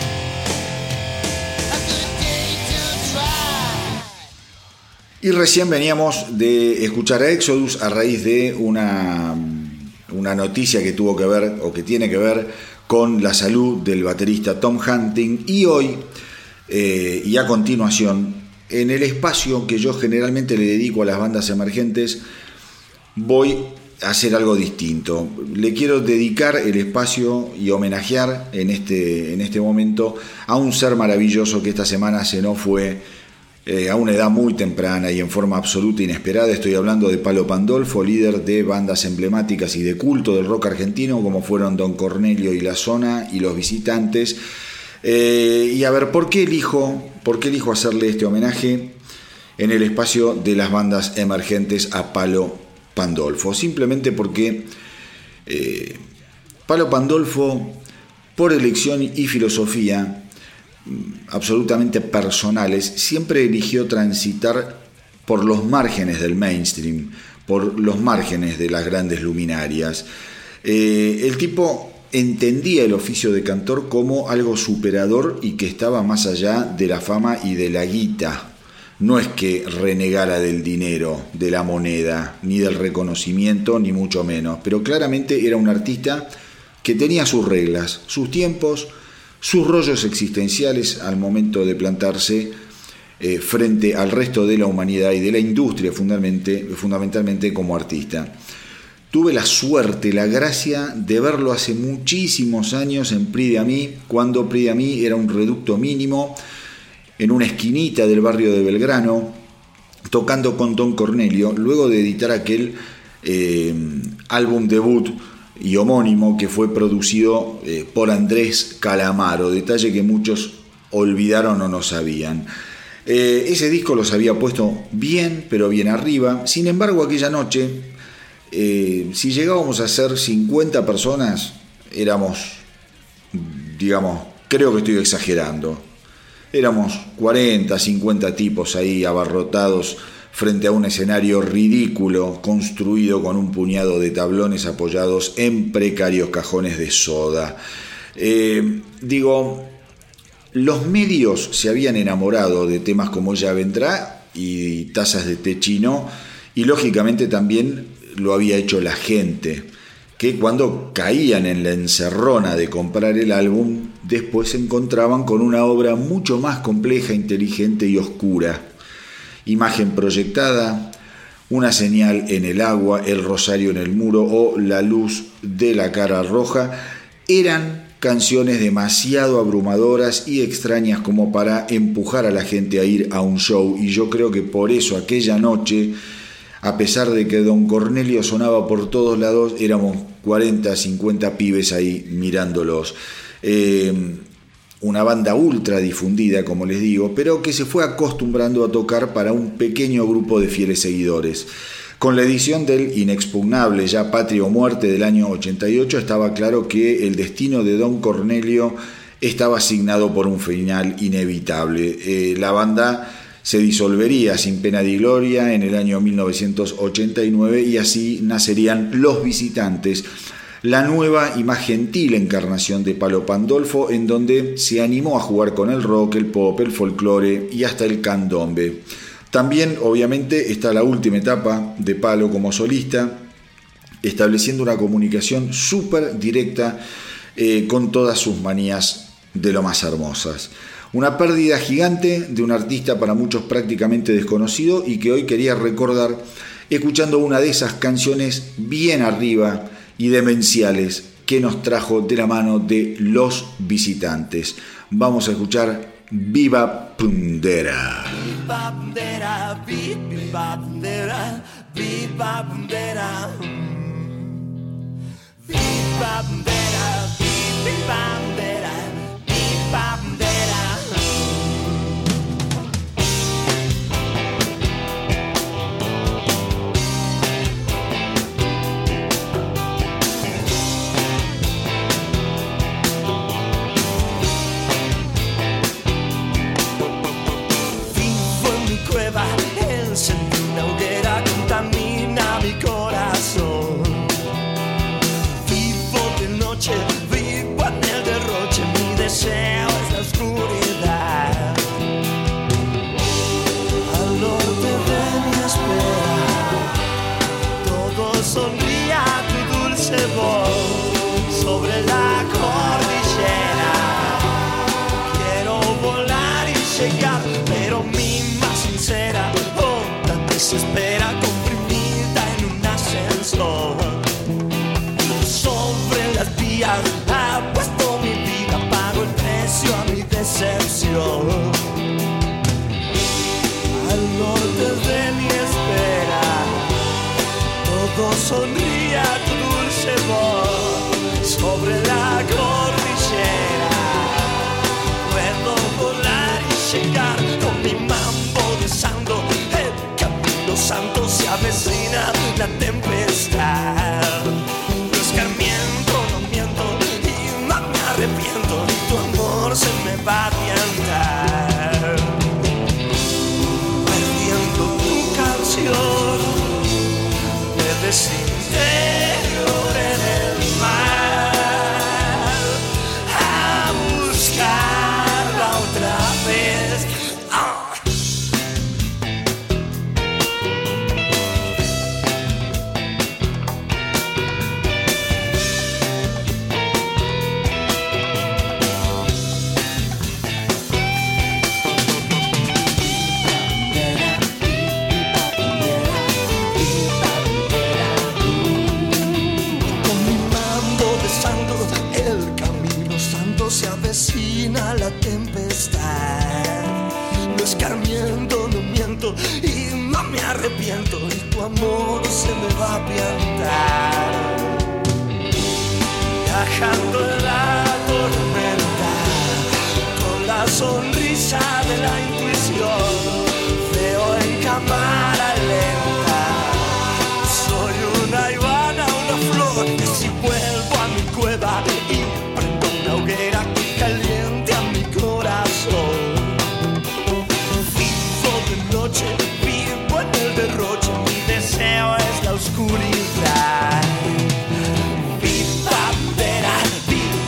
to try. Y recién veníamos de escuchar a Exodus a raíz de una noticia que tuvo que ver o que tiene que ver con la salud del baterista Tom Hunting. Y hoy, y a continuación, en el espacio que yo generalmente le dedico a las bandas emergentes, voy a hacer algo distinto. Le quiero dedicar el espacio y homenajear en este momento a un ser maravilloso que esta semana se nos fue a una edad muy temprana y en forma absoluta inesperada. Estoy hablando de Palo Pandolfo, líder de bandas emblemáticas y de culto del rock argentino como fueron Don Cornelio y La Zona y Los Visitantes. Y a ver, ¿por qué elijo hacerle este homenaje en el espacio de las bandas emergentes a Palo Pandolfo? Simplemente porque Palo Pandolfo, por elección y filosofía absolutamente personales, siempre eligió transitar por los márgenes del mainstream, por los márgenes de las grandes luminarias. El tipo entendía el oficio de cantor como algo superador y que estaba más allá de la fama y de la guita. No es que renegara del dinero, de la moneda, ni del reconocimiento, ni mucho menos, pero claramente era un artista que tenía sus reglas, sus tiempos, sus rollos existenciales al momento de plantarse frente al resto de la humanidad y de la industria, fundamentalmente como artista. Tuve la suerte, la gracia de verlo hace muchísimos años en Prix d'Ami, cuando Prix d'Ami era un reducto mínimo, en una esquinita del barrio de Belgrano, tocando con Don Cornelio, luego de editar aquel álbum debut y homónimo que fue producido por Andrés Calamaro, detalle que muchos olvidaron o no sabían. Ese disco los había puesto bien, pero bien arriba. Sin embargo, aquella noche, si llegábamos a ser 50 personas, éramos, digamos, creo que estoy exagerando, éramos 40, 50 tipos ahí abarrotados frente a un escenario ridículo construido con un puñado de tablones apoyados en precarios cajones de soda. Los medios se habían enamorado de temas como Ya Vendrá y Tazas de Té Chino, y lógicamente también lo había hecho la gente, que cuando caían en la encerrona de comprar el álbum, después se encontraban con una obra mucho más compleja, inteligente y oscura. Imagen proyectada, una señal en el agua, el rosario en el muro o la luz de la cara roja eran canciones demasiado abrumadoras y extrañas como para empujar a la gente a ir a un show, y yo creo que por eso aquella noche, a pesar de que Don Cornelio sonaba por todos lados, éramos 40, 50 pibes ahí mirándolos. Una banda ultra difundida, como les digo, pero que se fue acostumbrando a tocar para un pequeño grupo de fieles seguidores. Con la edición del inexpugnable ya Patria o Muerte del año 88 estaba claro que el destino de Don Cornelio estaba asignado por un final inevitable. La banda se disolvería sin pena ni gloria en el año 1989 y así nacerían Los Visitantes, la nueva y más gentil encarnación de Palo Pandolfo, en donde se animó a jugar con el rock, el pop, el folclore y hasta el candombe. También, obviamente, está la última etapa de Palo como solista, estableciendo una comunicación súper directa con todas sus manías de lo más hermosas. Una pérdida gigante de un artista para muchos prácticamente desconocido y que hoy quería recordar escuchando una de esas canciones bien arriba y demenciales que nos trajo de la mano de Los Visitantes. Vamos a escuchar Viva Pundera. Viva bandera, viva bandera, viva bandera. Viva bandera, viva bandera, viva bandera. Encendí una hoguera, contamina mi corazón. Vivo de noche, vivo en el derroche, mi deseo es la oscuridad. Al norte de mi espera, todo sonríe a tu dulce voz. Sobre la cordillera, quiero volar y llegar, pero mi más sincera desespera comprimida en un ascensor. Sobre las vías apuesto mi vida, pago el precio a mi decepción. Al norte de mi espera, todo sonríe a tu dulce voz. Sobre la cordillera, puedo volar y llegar con mi mambo de santo. Santo, se avecina la tempestad. No escarmiento, no miento y no me arrepiento. Tu amor se me va a apiantar. Perdiendo tu canción, me desintegro en el mar. A buscarla otra vez. Se avecina la tempestad. No escarmiento, no miento y no me arrepiento. Y tu amor se me va a apiantar. Viajando en la tormenta, con la sonrisa de la intuición, veo en cámara lenta. Soy una ivana, una flor, y si vuelvo a mi cueva y hoguera que caliente a mi corazón. Vivo de noche, vivo en el derroche, mi deseo es la oscuridad. Viva bandera, viva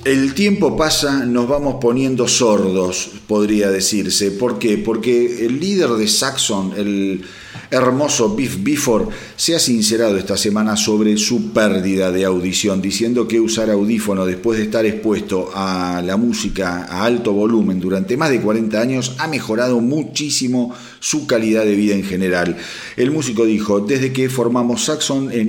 El tiempo pasa, nos vamos poniendo sordos, podría decirse. ¿Por qué? Porque el líder de Saxon, el hermoso Biff Bifford, se ha sincerado esta semana sobre su pérdida de audición, diciendo que usar audífono después de estar expuesto a la música a alto volumen durante más de 40 años ha mejorado muchísimo su calidad de vida en general. El músico dijo: desde que formamos Saxon en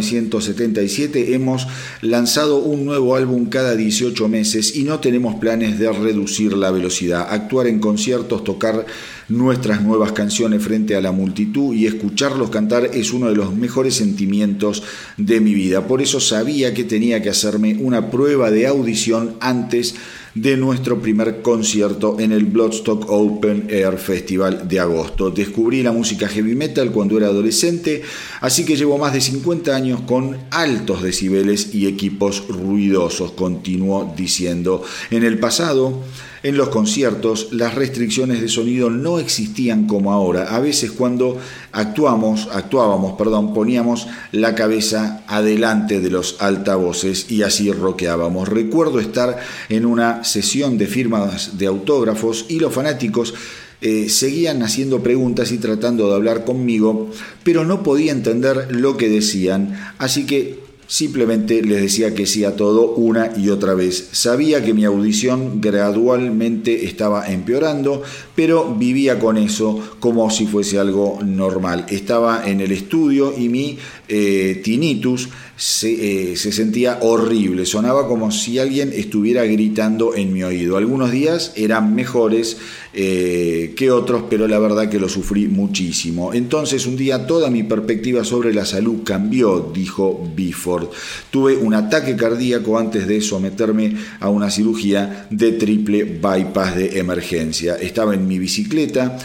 1977 hemos lanzado un nuevo álbum cada 18 meses y no tenemos planes de reducir la velocidad. Actuar en conciertos, tocar nuestras nuevas canciones frente a la multitud y escucharlos cantar es uno de los mejores sentimientos de mi vida. Por eso sabía que tenía que hacerme una prueba de audición antes de nuestro primer concierto en el Bloodstock Open Air Festival de agosto. Descubrí la música heavy metal cuando era adolescente, así que llevo más de 50 años con altos decibeles y equipos ruidosos, continuó diciendo. En el pasado, en los conciertos, las restricciones de sonido no existían como ahora. A veces cuando actuábamos, poníamos la cabeza adelante de los altavoces y así rockeábamos. Recuerdo estar en una sesión de firmas de autógrafos y los fanáticos seguían haciendo preguntas y tratando de hablar conmigo, pero no podía entender lo que decían, así que simplemente les decía que sí a todo una y otra vez. Sabía que mi audición gradualmente estaba empeorando, pero vivía con eso como si fuese algo normal. Estaba en el estudio y mi tinnitus se sentía horrible. Sonaba como si alguien estuviera gritando en mi oído. Algunos días eran mejores que otros, pero la verdad que lo sufrí muchísimo. Entonces un día toda mi perspectiva sobre la salud cambió, dijo Bifford. Tuve un ataque cardíaco antes de someterme a una cirugía de triple bypass de emergencia. Estaba en mi bicicleta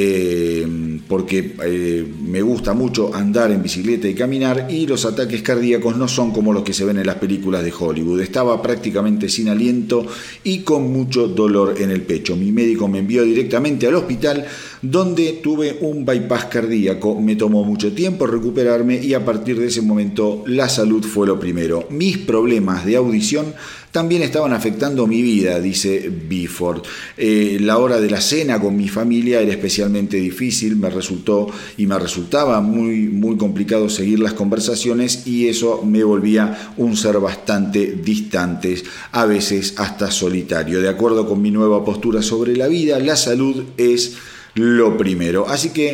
porque me gusta mucho andar en bicicleta y caminar, y los ataques cardíacos no son como los que se ven en las películas de Hollywood. Estaba prácticamente sin aliento y con mucho dolor en el pecho. Mi médico me envió directamente al hospital, donde tuve un bypass cardíaco. Me tomó mucho tiempo recuperarme y a partir de ese momento la salud fue lo primero. Mis problemas de audición también estaban afectando mi vida, dice Bifford. La hora de la cena con mi familia era especialmente difícil, me resultaba muy complicado seguir las conversaciones, y eso me volvía un ser bastante distante, a veces hasta solitario. De acuerdo con mi nueva postura sobre la vida, la salud es lo primero. Así que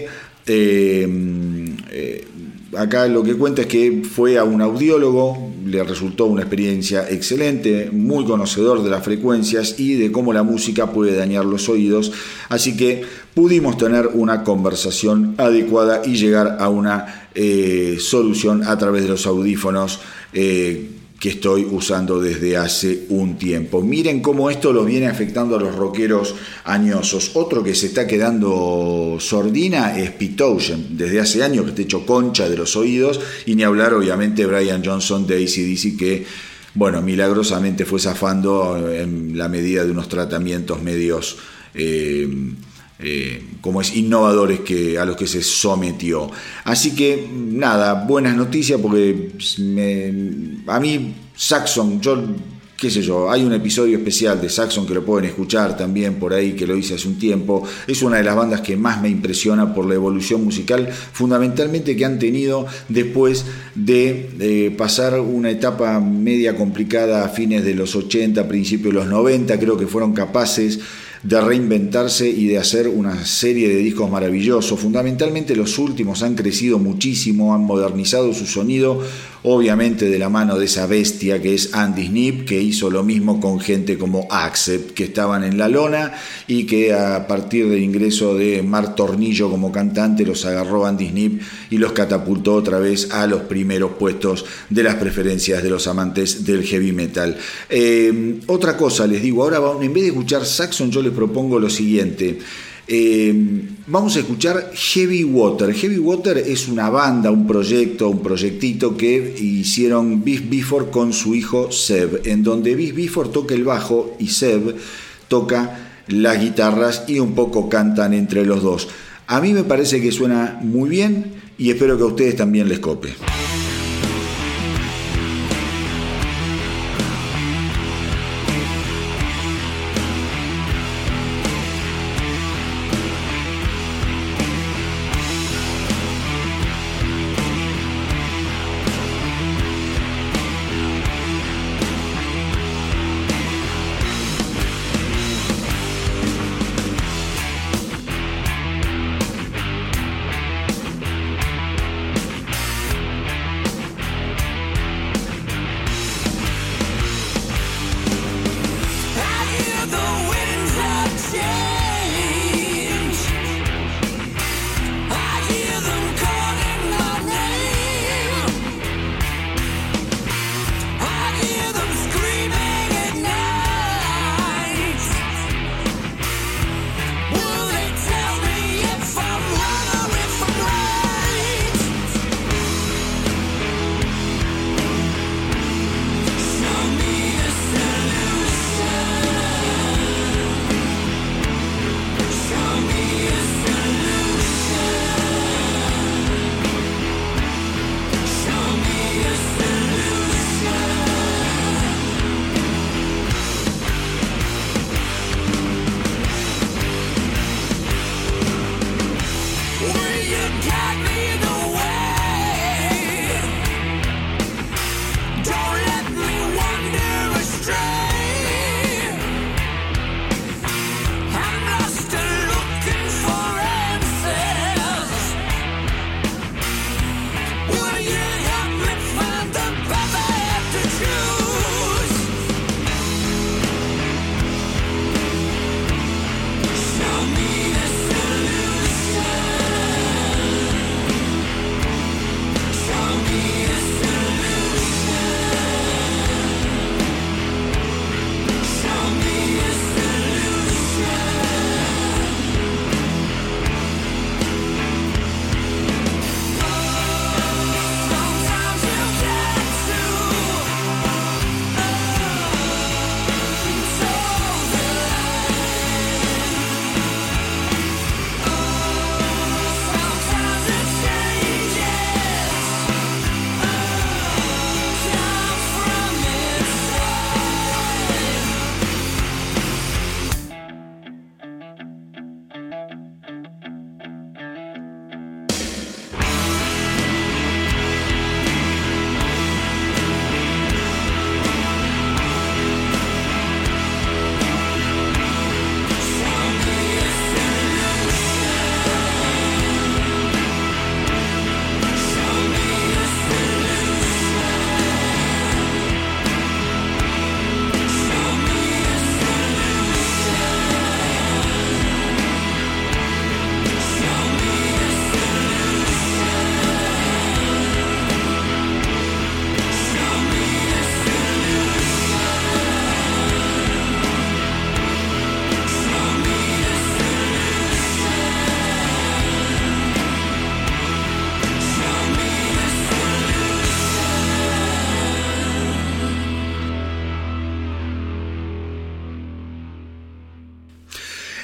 acá lo que cuenta es que fue a un audiólogo, le resultó una experiencia excelente, muy conocedor de las frecuencias y de cómo la música puede dañar los oídos, así que pudimos tener una conversación adecuada y llegar a una solución a través de los audífonos que estoy usando desde hace un tiempo. Miren cómo esto los viene afectando a los rockeros añosos. Otro que se está quedando sordina es Pete Townshend, desde hace años que está hecho concha de los oídos, y ni hablar obviamente Brian Johnson de AC/DC, que bueno, milagrosamente fue zafando en la medida de unos tratamientos medios como es innovadores a los que se sometió. Así que nada, buenas noticias, porque a mí Saxon, qué sé yo, hay un episodio especial de Saxon que lo pueden escuchar también por ahí, que lo hice hace un tiempo. Es una de las bandas que más me impresiona por la evolución musical, fundamentalmente que han tenido después de pasar una etapa media complicada a fines de los 80, principios de los 90. Creo que fueron capaces de reinventarse y de hacer una serie de discos maravillosos. Fundamentalmente los últimos han crecido muchísimo, han modernizado su sonido, obviamente de la mano de esa bestia que es Andy Sneap, que hizo lo mismo con gente como Accept, que estaban en la lona y que a partir del ingreso de Mark Tornillo como cantante los agarró Andy Sneap y los catapultó otra vez a los primeros puestos de las preferencias de los amantes del heavy metal. Otra cosa les digo, ahora en vez de escuchar Saxon, yo les propongo lo siguiente. Vamos a escuchar Heavy Water. Heavy Water es una banda, un proyectito que hicieron Biff Bifford con su hijo Seb, en donde Biff Bifford toca el bajo y Seb toca las guitarras y un poco cantan entre los dos. A mí me parece que suena muy bien y espero que a ustedes también les cope.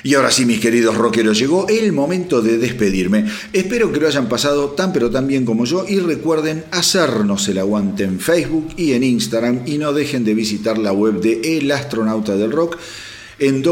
Y ahora sí, mis queridos rockeros, llegó el momento de despedirme. Espero que lo hayan pasado tan pero tan bien como yo y recuerden hacernos el aguante en Facebook y en Instagram y no dejen de visitar la web de El Astronauta del Rock en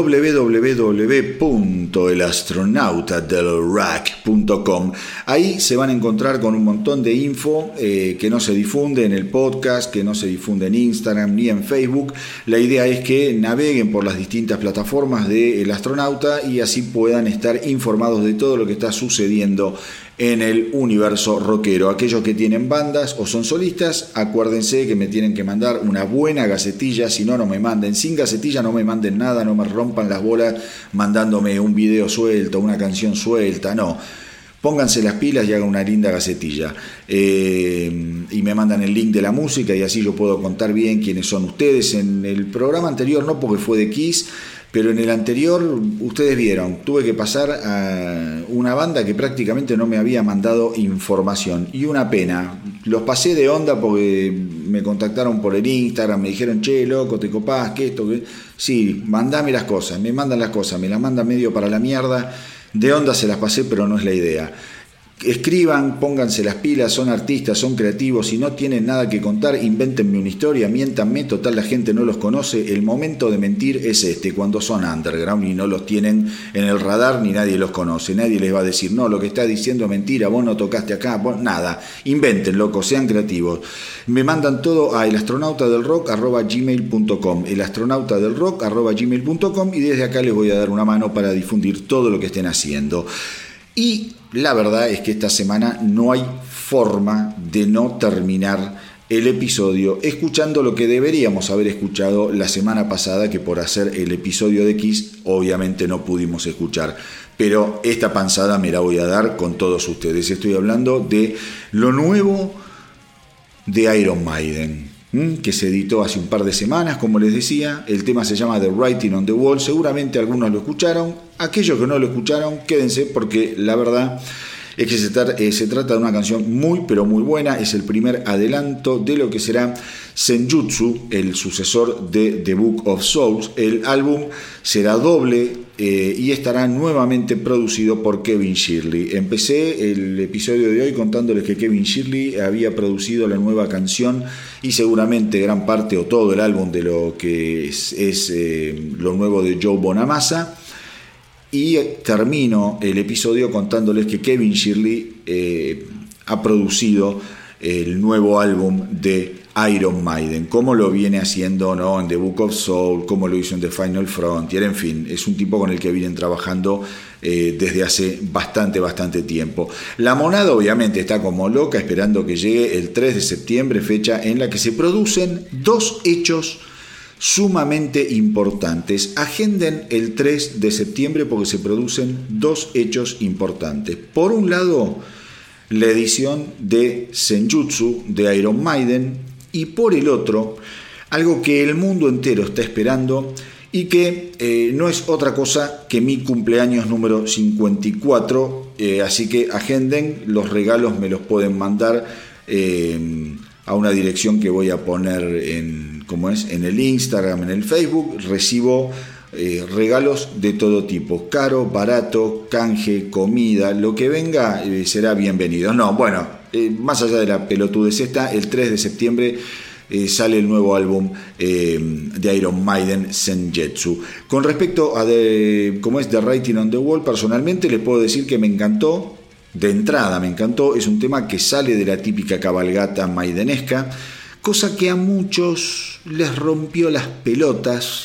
www.elastronautadelrock.com. Ahí se van a encontrar con un montón de info que no se difunde en el podcast, que no se difunde en Instagram ni en Facebook. La idea es que naveguen por las distintas plataformas de El Astronauta y así puedan estar informados de todo lo que está sucediendo en el universo rockero. Aquellos que tienen bandas o son solistas, acuérdense que me tienen que mandar una buena gacetilla, si no, no me manden. Sin gacetilla no me manden nada, no me rompan las bolas mandándome un video suelto, una canción suelta, no. Pónganse las pilas y hagan una linda gacetilla. Y me mandan el link de la música y así yo puedo contar bien quiénes son ustedes. En el programa anterior, no porque fue de Kiss, pero en el anterior, ustedes vieron, tuve que pasar a una banda que prácticamente no me había mandado información. Y una pena. Los pasé de onda porque me contactaron por el Instagram, me dijeron, che, loco, te copás, que esto, que... Sí, mandame las cosas, me mandan las cosas, me las mandan medio para la mierda. De onda se las pasé, pero no es la idea. Escriban, pónganse las pilas, son artistas, son creativos, si no tienen nada que contar, invéntenme una historia, miéntanme, total la gente no los conoce. El momento de mentir es cuando son underground y no los tienen en el radar ni nadie los conoce, nadie les va a decir, no, lo que está diciendo es mentira, vos no tocaste acá, vos nada, inventen, loco, sean creativos. Me mandan todo a elastronautadelrock@gmail.com, elastronautadelrock@gmail.com y desde acá les voy a dar una mano para difundir todo lo que estén haciendo. Y la verdad es que esta semana no hay forma de no terminar el episodio escuchando lo que deberíamos haber escuchado la semana pasada, que por hacer el episodio de Kiss obviamente no pudimos escuchar. Pero esta panzada me la voy a dar con todos ustedes. Estoy hablando de lo nuevo de Iron Maiden, que se editó hace un par de semanas, como les decía. El tema se llama The Writing on the Wall. Seguramente algunos lo escucharon. Aquellos que no lo escucharon, quédense, porque la verdad es que se trata de una canción muy pero muy buena. Es el primer adelanto de lo que será Senjutsu, el sucesor de The Book of Souls. El álbum será doble y estará nuevamente producido por Kevin Shirley. Empecé el episodio de hoy contándoles que Kevin Shirley había producido la nueva canción y seguramente gran parte o todo el álbum de lo que es lo nuevo de Joe Bonamassa. Y termino el episodio contándoles que Kevin Shirley ha producido el nuevo álbum de Iron Maiden, como lo viene haciendo, ¿no?, en The Book of Soul, como lo hizo en The Final Frontier. En fin, es un tipo con el que vienen trabajando desde hace bastante tiempo. La monada obviamente está como loca esperando que llegue el 3 de septiembre, fecha en la que se producen dos hechos sumamente importantes. Agenden el 3 de septiembre porque se producen dos hechos importantes. Por un lado, la edición de Senjutsu de Iron Maiden, y por el otro, algo que el mundo entero está esperando y que no es otra cosa que mi cumpleaños número 54, así que agenden, los regalos me los pueden mandar a una dirección que voy a poner en el Instagram, en el Facebook. Recibo regalos de todo tipo, caro, barato, canje, comida, lo que venga será bienvenido. No, bueno, más allá de la pelotudez esta, el 3 de septiembre sale el nuevo álbum de Iron Maiden, Senjutsu. Con respecto a The Writing on the Wall, personalmente les puedo decir que me encantó. De entrada me encantó, es un tema que sale de la típica cabalgata maidenesca, cosa que a muchos les rompió las pelotas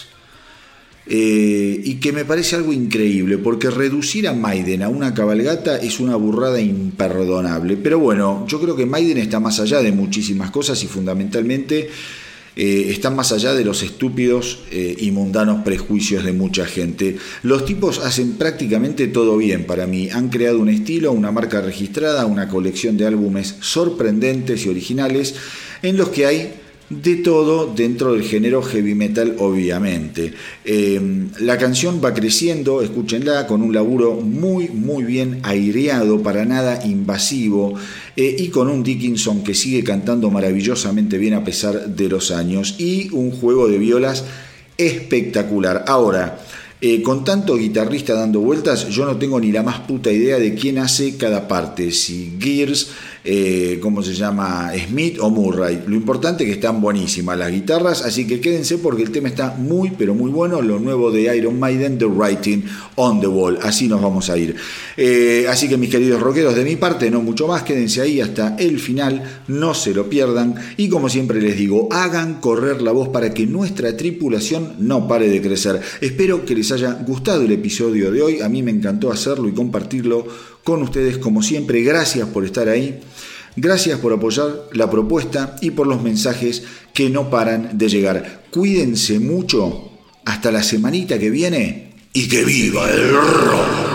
y que me parece algo increíble, porque reducir a Maiden a una cabalgata es una burrada imperdonable. Pero bueno, yo creo que Maiden está más allá de muchísimas cosas y fundamentalmente están más allá de los estúpidos y mundanos prejuicios de mucha gente. Los tipos hacen prácticamente todo bien para mí. Han creado un estilo, una marca registrada, una colección de álbumes sorprendentes y originales en los que hay de todo dentro del género heavy metal, obviamente. La canción va creciendo, escúchenla, con un laburo muy bien aireado, para nada invasivo, y con un Dickinson que sigue cantando maravillosamente bien a pesar de los años, y un juego de violas espectacular. Ahora, Con tanto guitarrista dando vueltas, yo no tengo ni la más puta idea de quién hace cada parte, si Gears, ¿cómo se llama? Smith o Murray. Lo importante es que están buenísimas las guitarras, así que quédense porque el tema está muy pero muy bueno, lo nuevo de Iron Maiden, The Writing on the Wall, así nos vamos a ir. Así que mis queridos rockeros, de mi parte no mucho más, quédense ahí hasta el final, no se lo pierdan y como siempre les digo, hagan correr la voz para que nuestra tripulación no pare de crecer. Espero que les haya gustado el episodio de hoy, a mí me encantó hacerlo y compartirlo con ustedes como siempre. Gracias por estar ahí, gracias por apoyar la propuesta y por los mensajes que no paran de llegar. Cuídense mucho, hasta la semanita que viene y que viva el rock.